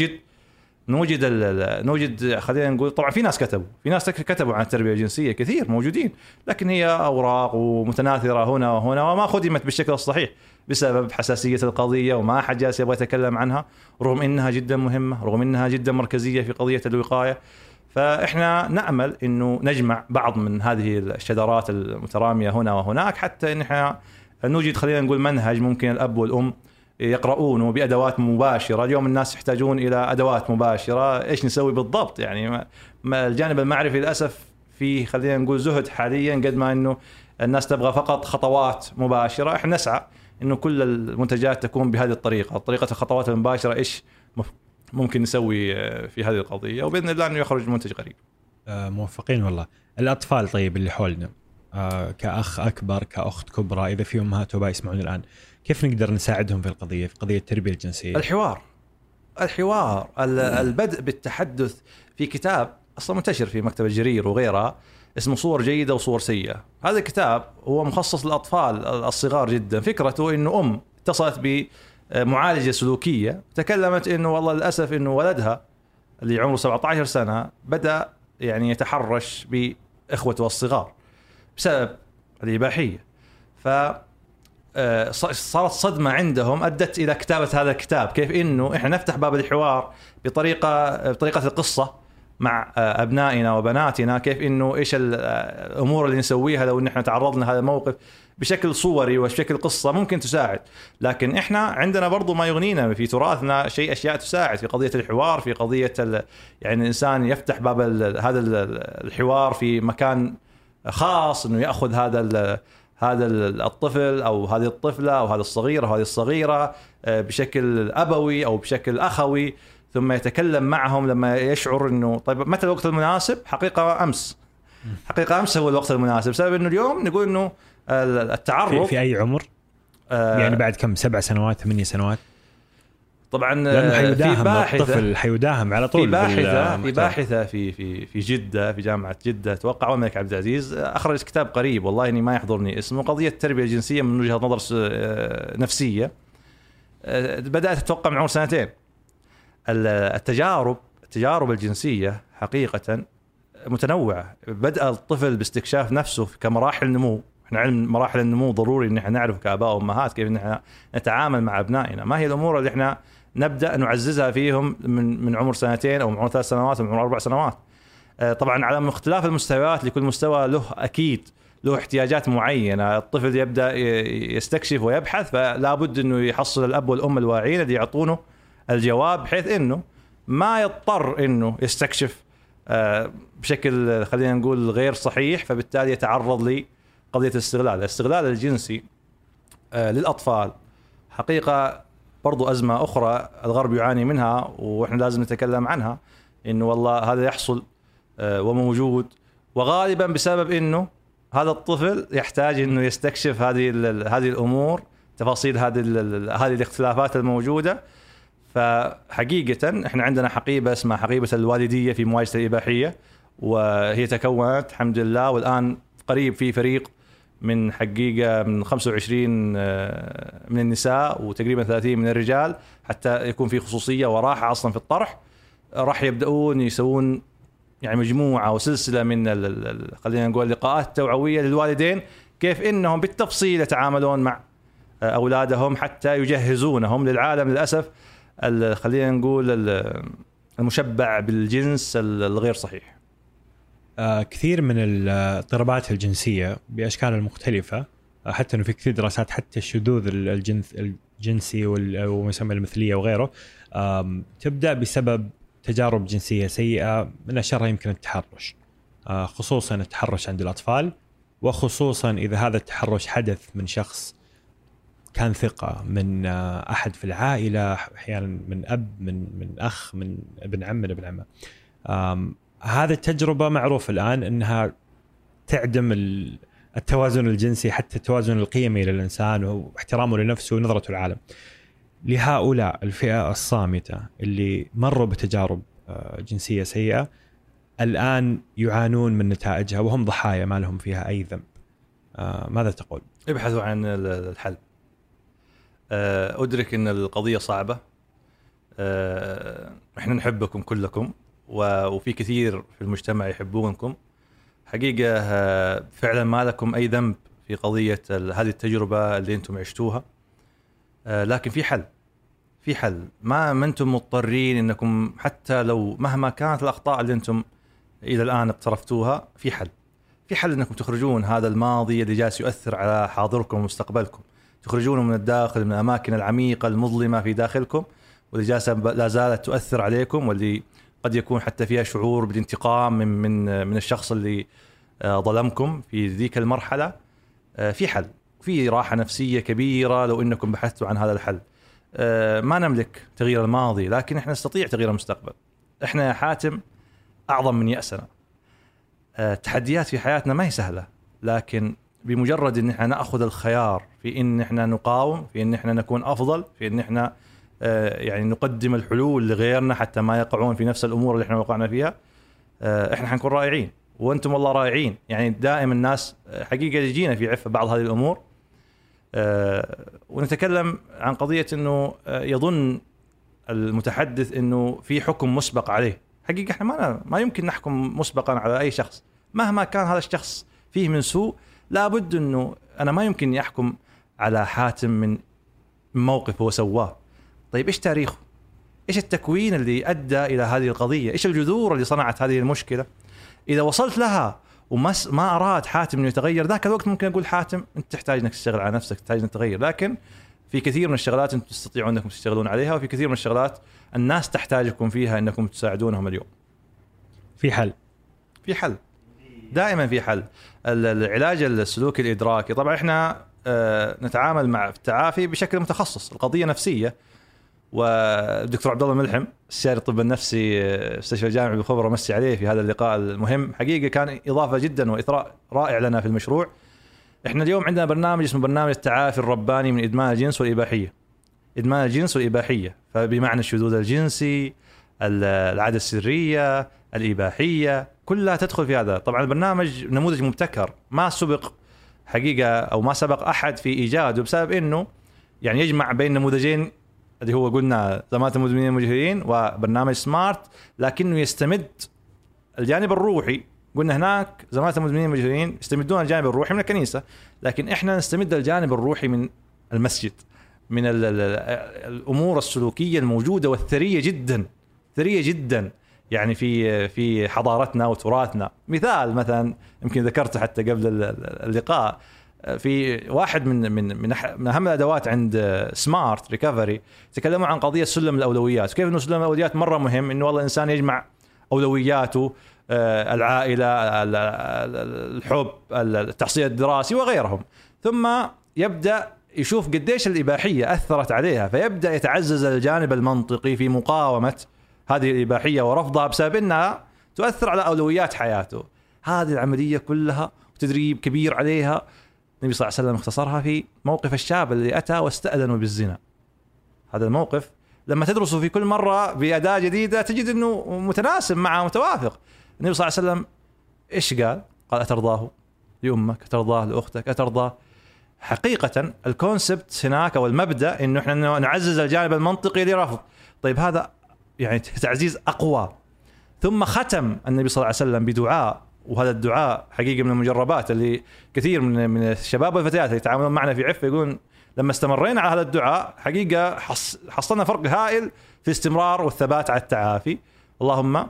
نوجد خلينا نقول. طبعا في ناس كتبوا عن التربية الجنسية كثير موجودين، لكن هي اوراق ومتناثرة هنا وهنا، وما خدمت بالشكل الصحيح بسبب حساسية القضية، وما حد جالس يبغى يتكلم عنها، رغم انها جدا مهمة، رغم انها جدا مركزية في قضية الوقاية. فإحنا نأمل إنه نجمع بعض من هذه الشذرات المترامية هنا وهناك، حتى إن إحنا نوجد خلينا نقول منهج ممكن الأب والأم يقرؤونه بأدوات مباشرة. اليوم الناس يحتاجون إلى أدوات مباشرة. إيش نسوي بالضبط؟ يعني ما الجانب المعرفي للأسف في خلينا نقول زهد حاليا، قد ما إنه الناس تبغى فقط خطوات مباشرة. إحنا نسعى إنه كل المنتجات تكون بهذه طريقة الخطوات المباشرة. إيش ممكن نسوي في هذه القضية، وبإذن الله أنه يخرج منتج قريب. موفقين والله. الأطفال طيب اللي حولنا، كأخ أكبر، كأخت كبرى، إذا في أمهات وآباء يسمعون الآن، كيف نقدر نساعدهم في قضية التربية الجنسية؟ الحوار البدء بالتحدث. في كتاب أصلا منتشر في مكتبة جرير وغيرها اسمه صور جيدة وصور سيئة. هذا الكتاب هو مخصص للأطفال الصغار جدا. فكرته إنه اتصلت معالجة سلوكية، تكلمت إنه والله للأسف إنه ولدها اللي عمره 17 سنة بدأ يعني يتحرش بإخوته الصغار بسبب الإباحية. فصارت صدمة عندهم أدت إلى كتابة هذا الكتاب، كيف إنه إحنا نفتح باب الحوار بطريقة القصة مع أبنائنا وبناتنا، كيف إنه إيش الأمور اللي نسويها لو إن إحنا تعرضنا لهذا الموقف بشكل صوري وبشكل قصة ممكن تساعد. لكن إحنا عندنا برضو ما يغنينا في تراثنا أشياء تساعد في قضية الحوار، في قضية يعني الإنسان يفتح باب هذا الحوار في مكان خاص، إنه يأخذ هذا الطفل أو هذه الطفلة أو هذا الصغير أو هذه الصغيرة بشكل أبوي أو بشكل أخوي، ثم يتكلم معهم لما يشعر إنه طيب متى الوقت المناسب. حقيقة أمس هو الوقت المناسب، بسبب إنه اليوم نقول إنه التعرض في أي عمر يعني بعد كم 7 سنوات 8 سنوات طبعا. في باحثة حيداهم على طول. في باحثة في جدة، في جامعة جدة أتوقع، الملك عبد العزيز، أخرج كتاب قريب والله إني ما يحضرني اسمه، قضية التربية الجنسية من وجهة نظر نفسية. بدأت أتوقع من عمر 2 التجارب الجنسية حقيقة متنوعة. بدأ الطفل باستكشاف نفسه كمراحل النمو. احنا علم مراحل النمو ضروري ان احنا نعرف كآباء وأمهات كيف ان احنا نتعامل مع أبنائنا. ما هي الأمور اللي احنا نبدأ نعززها فيهم من عمر 2 أو من عمر 3 سنوات أو من عمر 4 سنوات. طبعا على اختلاف المستويات، لكل مستوى له أكيد له احتياجات معينة. الطفل يبدأ يستكشف ويبحث، فلا بد انه يحصل الأب والأم الواعيين اللي يعطونه الجواب، بحيث انه ما يضطر انه يستكشف بشكل خلينا نقول غير صحيح، فبالتالي يتعرض لقضية الاستغلال الجنسي للأطفال. حقيقة برضو أزمة أخرى الغرب يعاني منها، وإحنا لازم نتكلم عنها. إنه والله هذا يحصل وموجود، وغالبا بسبب إنه هذا الطفل يحتاج إنه يستكشف هذه الأمور، تفاصيل هذه الاختلافات الموجودة. فحقيقة إحنا عندنا حقيبة اسمها حقيبة الوالدية في مواجهة الإباحية، وهي تكونت الحمد لله، والآن قريب في فريق من 25 من النساء وتقريبا 30 من الرجال، حتى يكون في خصوصية وراحة أصلا في الطرح. راح يبدأون يسوون يعني مجموعة وسلسلة من خلينا نقول لقاءات توعوية للوالدين، كيف إنهم بالتفصيل يتعاملون مع أولادهم حتى يجهزونهم للعالم للأسف خلينا نقول المشبع بالجنس الغير صحيح. كثير من الاضطرابات الجنسية بأشكال المختلفة، حتى أنه في كثير دراسات حتى الشذوذ الجنسي ومسمى المثلية وغيره تبدأ بسبب تجارب جنسية سيئة. من أشهرها يمكن التحرش، خصوصا التحرش عند الأطفال، وخصوصا إذا هذا التحرش حدث من شخص كان ثقة من أحد في العائلة، أحيانا من أب، من أخ، من ابن عم، من ابن عمه. هذه التجربة معروف الآن أنها تعدم التوازن الجنسي، حتى التوازن القيمي للإنسان واحترامه لنفسه ونظرته العالم. لهؤلاء الفئة الصامتة اللي مروا بتجارب جنسية سيئة الآن يعانون من نتائجها وهم ضحايا ما لهم فيها أي ذنب، ماذا تقول؟ ابحثوا عن الحل. أدرك أن القضية صعبة، إحنا نحبكم كلكم وفي كثير في المجتمع يحبونكم حقيقة. فعلا ما لكم أي ذنب في قضية هذه التجربة اللي أنتم عشتوها، لكن في حل. ما أنتم مضطرين أنكم حتى لو مهما كانت الأخطاء اللي أنتم إلى الآن اقترفتوها، في حل أنكم تخرجون هذا الماضي اللي جالس يؤثر على حاضركم ومستقبلكم، تخرجونه من الداخل، من الأماكن العميقة المظلمة في داخلكم واللي جالسة لا زالت تؤثر عليكم، واللي قد يكون حتى فيها شعور بالانتقام من الشخص اللي ظلمكم في ذيك المرحلة. في حل، في راحة نفسية كبيرة لو إنكم بحثتوا عن هذا الحل. ما نملك تغيير الماضي، لكن إحنا نستطيع تغيير المستقبل. إحنا يا حاتم أعظم من يأسنا. تحديات في حياتنا ما هي سهلة، لكن بمجرد إن إحنا نأخذ الخيار في إن إحنا نقاوم، في إن إحنا نكون أفضل، في إن إحنا يعني نقدم الحلول لغيرنا حتى ما يقعون في نفس الأمور اللي إحنا وقعنا فيها، إحنا حنكون رائعين. وأنتم والله رائعين. يعني دائما الناس حقيقة يجينا في عفة بعض هذه الأمور، ونتكلم عن قضية إنه يظن المتحدث إنه في حكم مسبق عليه. حقيقة إحنا ما يمكن نحكم مسبقا على أي شخص مهما كان هذا الشخص فيه من سوء. لابد إنه أنا ما يمكن يحكم على حاتم من موقف هو سواه. طيب إيش تاريخه؟ إيش التكوين اللي أدى إلى هذه القضية؟ إيش الجذور اللي صنعت هذه المشكلة؟ إذا وصلت لها وما أراد حاتم إنه يتغير، ذاك الوقت ممكن أقول حاتم أنت تحتاج إنك تشتغل على نفسك، تحتاج إنك تتغير. لكن في كثير من الشغلات أنتم تستطيعون أنكم تشتغلون عليها، وفي كثير من الشغلات الناس تحتاجكم فيها أنكم تساعدونهم اليوم. في حل دائما في حل. العلاج السلوكي الإدراكي، طبعا إحنا نتعامل مع التعافي بشكل متخصص، القضية نفسية. والدكتور عبد الله ملحم استشاري الطب النفسي مستشفى الجامعي بالخبرة مسي عليه في هذا اللقاء المهم. حقيقة كان إضافة جدا وإثراء رائع لنا في المشروع. إحنا اليوم عندنا برنامج اسمه برنامج التعافي الرباني من إدمان الجنس والإباحية. إدمان الجنس والإباحية فبمعنى الشذوذ الجنسي، العادة السرية، الإباحية، كلها تدخل في هذا. طبعا البرنامج نموذج مبتكر ما سبق حقيقة أو ما سبق أحد في إيجاده، بسبب إنه يعني يجمع بين نموذجين اللي هو قلنا زمالة المدمنين المجهرين وبرنامج سمارت، لكنه يستمد الجانب الروحي. قلنا هناك زمالة المدمنين المجهرين يستمدون الجانب الروحي من الكنيسة، لكن إحنا نستمد الجانب الروحي من المسجد، من الأمور السلوكية الموجودة والثرية جدا، ثرية جدا يعني في حضارتنا وتراثنا. مثلا يمكن ذكرته حتى قبل اللقاء، في واحد من أهم الأدوات عند سمارت ريكفري تكلموا عن قضية سلم الأولويات، كيف إنه سلم الأولويات مرة مهم، إنه والله الإنسان يجمع أولوياته، العائلة، الحب، التحصيل الدراسي وغيرهم، ثم يبدأ يشوف قديش الإباحية أثرت عليها، فيبدأ يتعزز الجانب المنطقي في مقاومة هذه الإباحية ورفضها بسبب أنها تؤثر على أولويات حياته. هذه العملية كلها وتدريب كبير عليها النبي صلى الله عليه وسلم اختصرها في موقف الشاب اللي أتى واستأذنوا بالزنا. هذا الموقف لما تدرسه في كل مرة بأداة جديدة تجد أنه متناسب معه، متوافق. النبي صلى الله عليه وسلم إيش قال؟ أترضاه لأمك؟ أترضاه لأختك؟ أترضاه؟ حقيقة الكونسبت هناك أو المبدأ إنه إحنا نعزز الجانب المنطقي لرفض. طيب هذا يعني تعزيز أقوى. ثم ختم النبي صلى الله عليه وسلم بدعاء، وهذا الدعاء حقيقة من المجربات اللي كثير من الشباب والفتيات اللي يتعاملون معنا في عفة يقولون لما استمرينا على هذا الدعاء حقيقة حصلنا فرق هائل في الاستمرار والثبات على التعافي. اللهم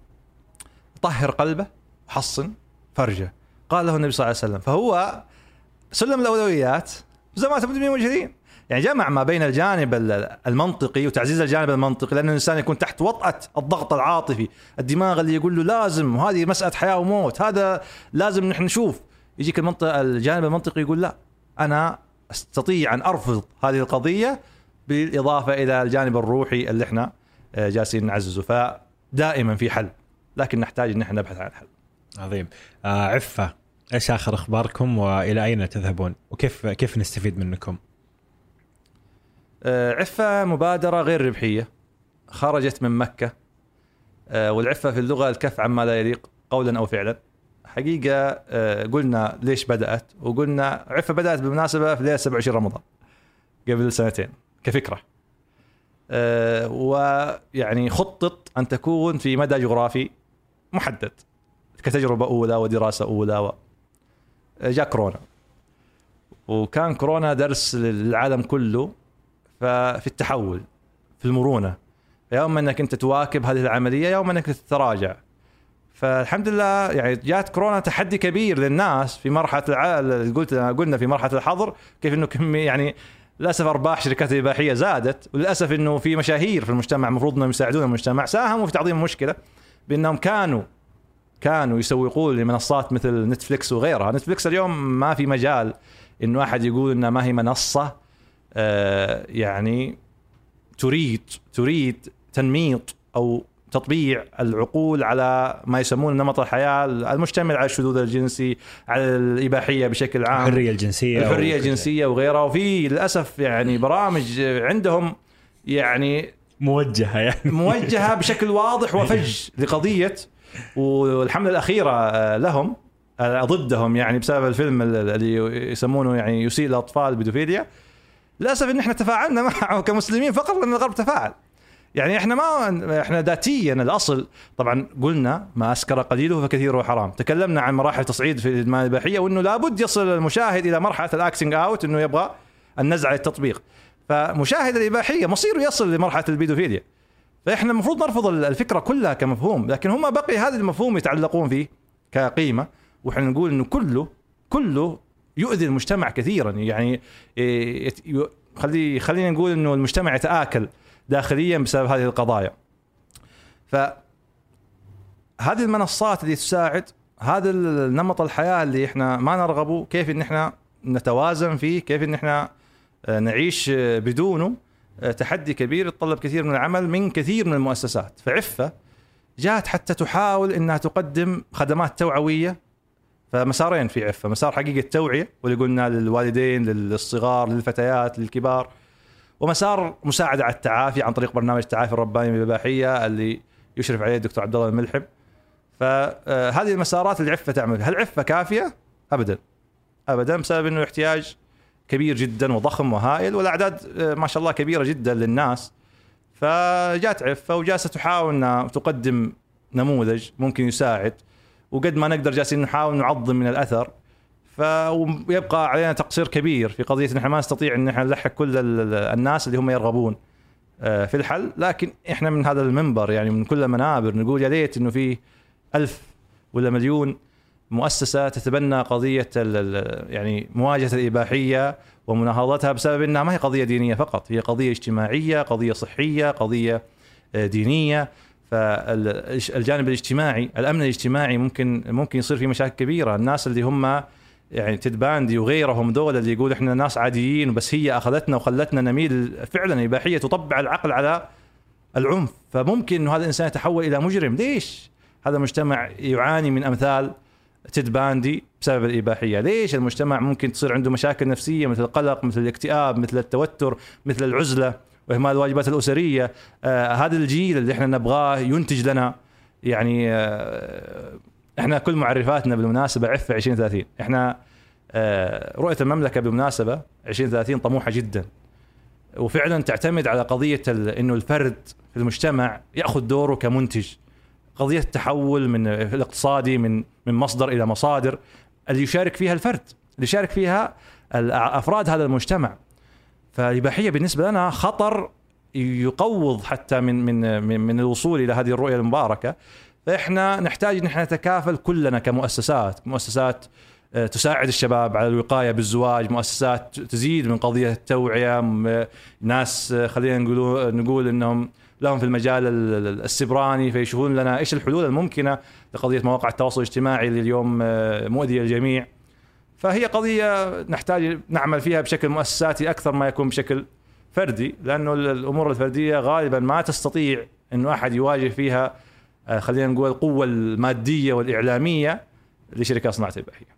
طهر قلبه وحصن فرجه، قال له النبي صلى الله عليه وسلم. فهو سلم الأولويات زمالة المدمنين المجهرين، يعني جمع ما بين الجانب المنطقي وتعزيز الجانب المنطقي، لأن الإنسان يكون تحت وطأة الضغط العاطفي، الدماغ اللي يقول له لازم، وهذه مسألة حياة وموت، هذا لازم نحن نشوف. يجيك الجانب المنطقي يقول لا، أنا استطيع ان ارفض هذه القضيه بالاضافه الى الجانب الروحي اللي احنا جالسين نعززه. فدائما في حل، لكن نحتاج ان احنا نبحث عن حل. عظيم. عفة، ايش اخر اخباركم والى اين تذهبون وكيف نستفيد منكم؟ عفة مبادرة غير ربحية خرجت من مكة، والعفة في اللغة الكف عما لا يليق قولا أو فعلا. حقيقة قلنا ليش بدأت، وقلنا عفة بدأت بالمناسبة في ليلة 27 رمضان قبل سنتين كفكرة، ويعني خطط أن تكون في مدى جغرافي محدد كتجربة أولى ودراسة أولى. جاء كورونا، وكان كورونا درس للعالم كله ففي التحول، في المرونة، يوم أنك أنت تواكب هذه العملية، يوم أنك تتراجع. فالحمد لله يعني جات كورونا تحدي كبير للناس في مرحلة قلنا في مرحلة الحظر، كيف إنه يعني للأسف أرباح شركات الإباحية زادت، وللأسف إنه في مشاهير في المجتمع المفروض إنهم يساعدون المجتمع ساهموا في تعظيم المشكلة بأنهم كانوا يسوقون لمنصات مثل نتفليكس وغيرها. نتفليكس اليوم ما في مجال إنه أحد يقول إنها ما هي منصة يعني تريد تنميط أو تطبيع العقول على ما يسمون نمط الحياة المشتمل على الشذوذ الجنسي، على الإباحية بشكل عام، الحرية الجنسية وغيرها. وفي للأسف يعني برامج عندهم يعني موجهة بشكل واضح وفج لقضية، والحملة الأخيرة لهم ضدهم يعني بسبب الفيلم اللي يسمونه يعني يسيء الأطفال بيدوفيليا. للأسف إن إحنا تفاعلنا معه كمسلمين فقط لأن الغرب تفاعل. يعني إحنا ذاتيا الأصل طبعا قلنا ما أسكر قليله فكثيره حرام. تكلمنا عن مراحل تصعيد في الإدمان الإباحية، وإنه لابد يصل المشاهد إلى مرحلة الأكسنج أوت، إنه يبغى النزع التطبيق. فمشاهد الإباحية مصيره يصل لمرحلة البيدوفيليا. فإحنا المفروض نرفض الفكرة كلها كمفهوم، لكن هم بقي هذا المفهوم يتعلقون فيه كقيمة، وإحنا نقول إنه كله يؤذي المجتمع كثيرا. يعني خلينا نقول إنه المجتمع يتآكل داخليا بسبب هذه القضايا. فهذه المنصات اللي تساعد هذا النمط الحياة اللي إحنا ما نرغبه، كيف إن إحنا نتوازن فيه، كيف إن إحنا نعيش بدونه، تحدي كبير يتطلب كثير من العمل من كثير من المؤسسات. فعفة جاءت حتى تحاول إنها تقدم خدمات توعوية. فمسارين في عفة، مسار حقيقة توعية واللي قلنا للوالدين، للصغار، للفتيات، للكبار، ومسار مساعدة على التعافي عن طريق برنامج التعافي الرباني من الإباحية اللي يشرف عليه الدكتور عبد الله الملحب. فهذه المسارات اللي عفة تعمل. هل عفة كافية؟ أبدا، بسبب إنه احتياج كبير جدا وضخم وهائل، والأعداد ما شاء الله كبيرة جدا للناس. فجات عفة وجالسة تحاول أن تقدم نموذج ممكن يساعد، وقد ما نقدر جالسين نحاول نعظم من الأثر. فيبقى علينا تقصير كبير في قضية إن إحنا ما نستطيع إن إحنا نلحق كل الناس اللي هم يرغبون في الحل. لكن إحنا من هذا المنبر يعني من كل المنابر نقول يا ليت إنه في 1000 ولا مليون مؤسسة تتبنى قضية يعني مواجهة الإباحية ومناهضتها، بسبب إنها ما هي قضية دينية فقط، هي قضية اجتماعية، قضية صحية، قضية دينية. فالجانب الاجتماعي، الأمن الاجتماعي ممكن يصير فيه مشاكل كبيرة. الناس اللي هم يعني تيد باندي وغيرهم دول اللي يقول إحنا ناس عاديين بس هي أخذتنا وخلتنا نميل فعلا إباحية تطبع العقل على العنف، فممكن إنه هذا الإنسان يتحول إلى مجرم. ليش هذا المجتمع يعاني من أمثال تيد باندي بسبب الإباحية؟ ليش المجتمع ممكن تصير عنده مشاكل نفسية مثل القلق، مثل الاكتئاب، مثل التوتر، مثل العزلة وإهمال الواجبات الأسرية؟ هذا الجيل اللي إحنا نبغاه ينتج لنا يعني إحنا كل معرفاتنا بالمناسبة عفة 2030. إحنا رؤية المملكة بالمناسبة 2030 طموحة جدا، وفعلا تعتمد على قضية إنه الفرد في المجتمع يأخذ دوره كمنتج. قضية التحول من الاقتصادي من مصدر إلى مصادر اللي يشارك فيها الفرد، اللي يشارك فيها الأفراد هذا المجتمع. فالإباحية بالنسبة لنا خطر يقوض حتى من الوصول إلى هذه الرؤية المباركة. فإحنا نحتاج إن إحنا نتكافل كلنا كمؤسسات تساعد الشباب على الوقاية بالزواج، مؤسسات تزيد من قضية التوعية، ناس خلينا نقول إنهم لهم في المجال السبراني فيشوفون لنا إيش الحلول الممكنة لقضية مواقع التواصل الاجتماعي اللي اليوم مؤذية للجميع. فهي قضية نحتاج نعمل فيها بشكل مؤسساتي أكثر ما يكون بشكل فردي، لأنه الأمور الفردية غالبا ما تستطيع أنه أحد يواجه فيها خلينا نقول القوة المادية والإعلامية لشركة صناعة الإباحية.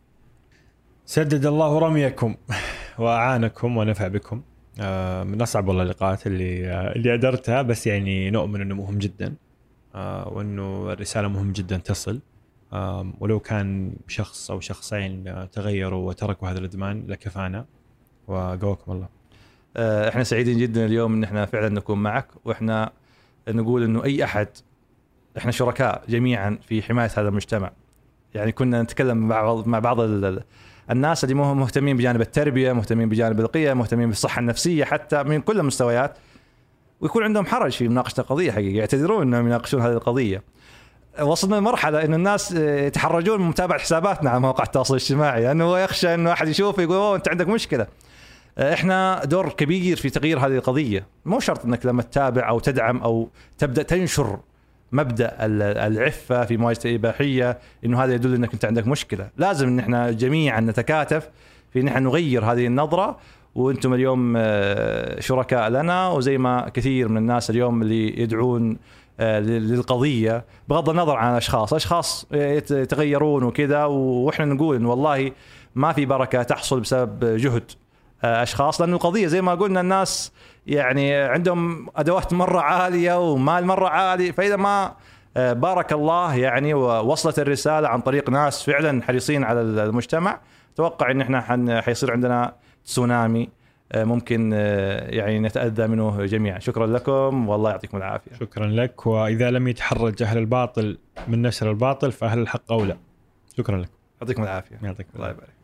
سدد الله رميكم وأعانكم ونفع بكم. من أصعب والله اللقاءات اللي أدرتها، بس يعني نؤمن أنه مهم جدا، وأنه الرسالة مهم جدا تصل، ولو كان شخص أو شخصين تغيروا وتركوا هذا الإدمان لكفانا، وقواكم الله. احنا سعيدين جدا اليوم ان احنا فعلا نكون معك، واحنا نقول انه اي احد، احنا شركاء جميعا في حماية هذا المجتمع. يعني كنا نتكلم مع بعض الناس اللي مهتمين بجانب التربية، مهتمين بجانب القيم، مهتمين بالصحة النفسية حتى من كل المستويات، ويكون عندهم حرج في مناقشة القضية حقيقة، يعتذرون انهم يناقشون هذه القضية. وصلنا لمرحلة إن الناس يتحرجون من متابعة حساباتنا على مواقع التواصل الاجتماعي، لأنه هو يخشى إنه أحد يشوفه يقول أوه أنت عندك مشكلة. إحنا دور كبير في تغيير هذه القضية. مو شرط إنك لما تتابع أو تدعم أو تبدأ تنشر مبدأ العفة في مواجهة الإباحية إنه هذا يدل إنك أنت عندك مشكلة. لازم إن إحنا جميعا نتكاتف في إن إحنا نغير هذه النظرة، وأنتم اليوم شركاء لنا، وزي ما كثير من الناس اليوم اللي يدعون للقضية بغض النظر عن أشخاص يتغيرون وكذا، وإحنا نقول إن والله ما في بركة تحصل بسبب جهد أشخاص، لأن القضية زي ما قلنا الناس يعني عندهم أدوات مرة عالية ومال مرة عالي، فإذا ما بارك الله يعني ووصلت الرسالة عن طريق ناس فعلا حريصين على المجتمع، توقع إن إحنا حيصير عندنا تسونامي ممكن يعني نتأذى منه جميعا. شكرا لكم والله يعطيكم العافية. شكرا لك، وإذا لم يتحرج أهل الباطل من نشر الباطل فأهل الحق أولى. شكرا لك، يعطيكم العافية. يعطيكم الله يبارك.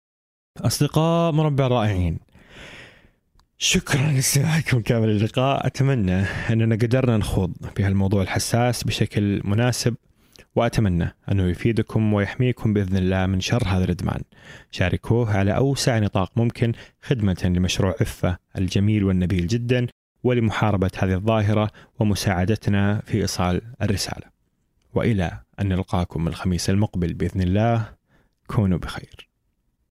أصدقاء مربع الرائعين، شكرا لاستماعكم كامل اللقاء. أتمنى أننا قدرنا نخوض في هالموضوع الحساس بشكل مناسب، وأتمنى أنه يفيدكم ويحميكم بإذن الله من شر هذا الإدمان. شاركوه على أوسع نطاق ممكن خدمة لمشروع عفة الجميل والنبيل جدا، ولمحاربة هذه الظاهرة ومساعدتنا في إيصال الرسالة. وإلى أن نلقاكم الخميس المقبل بإذن الله، كونوا بخير.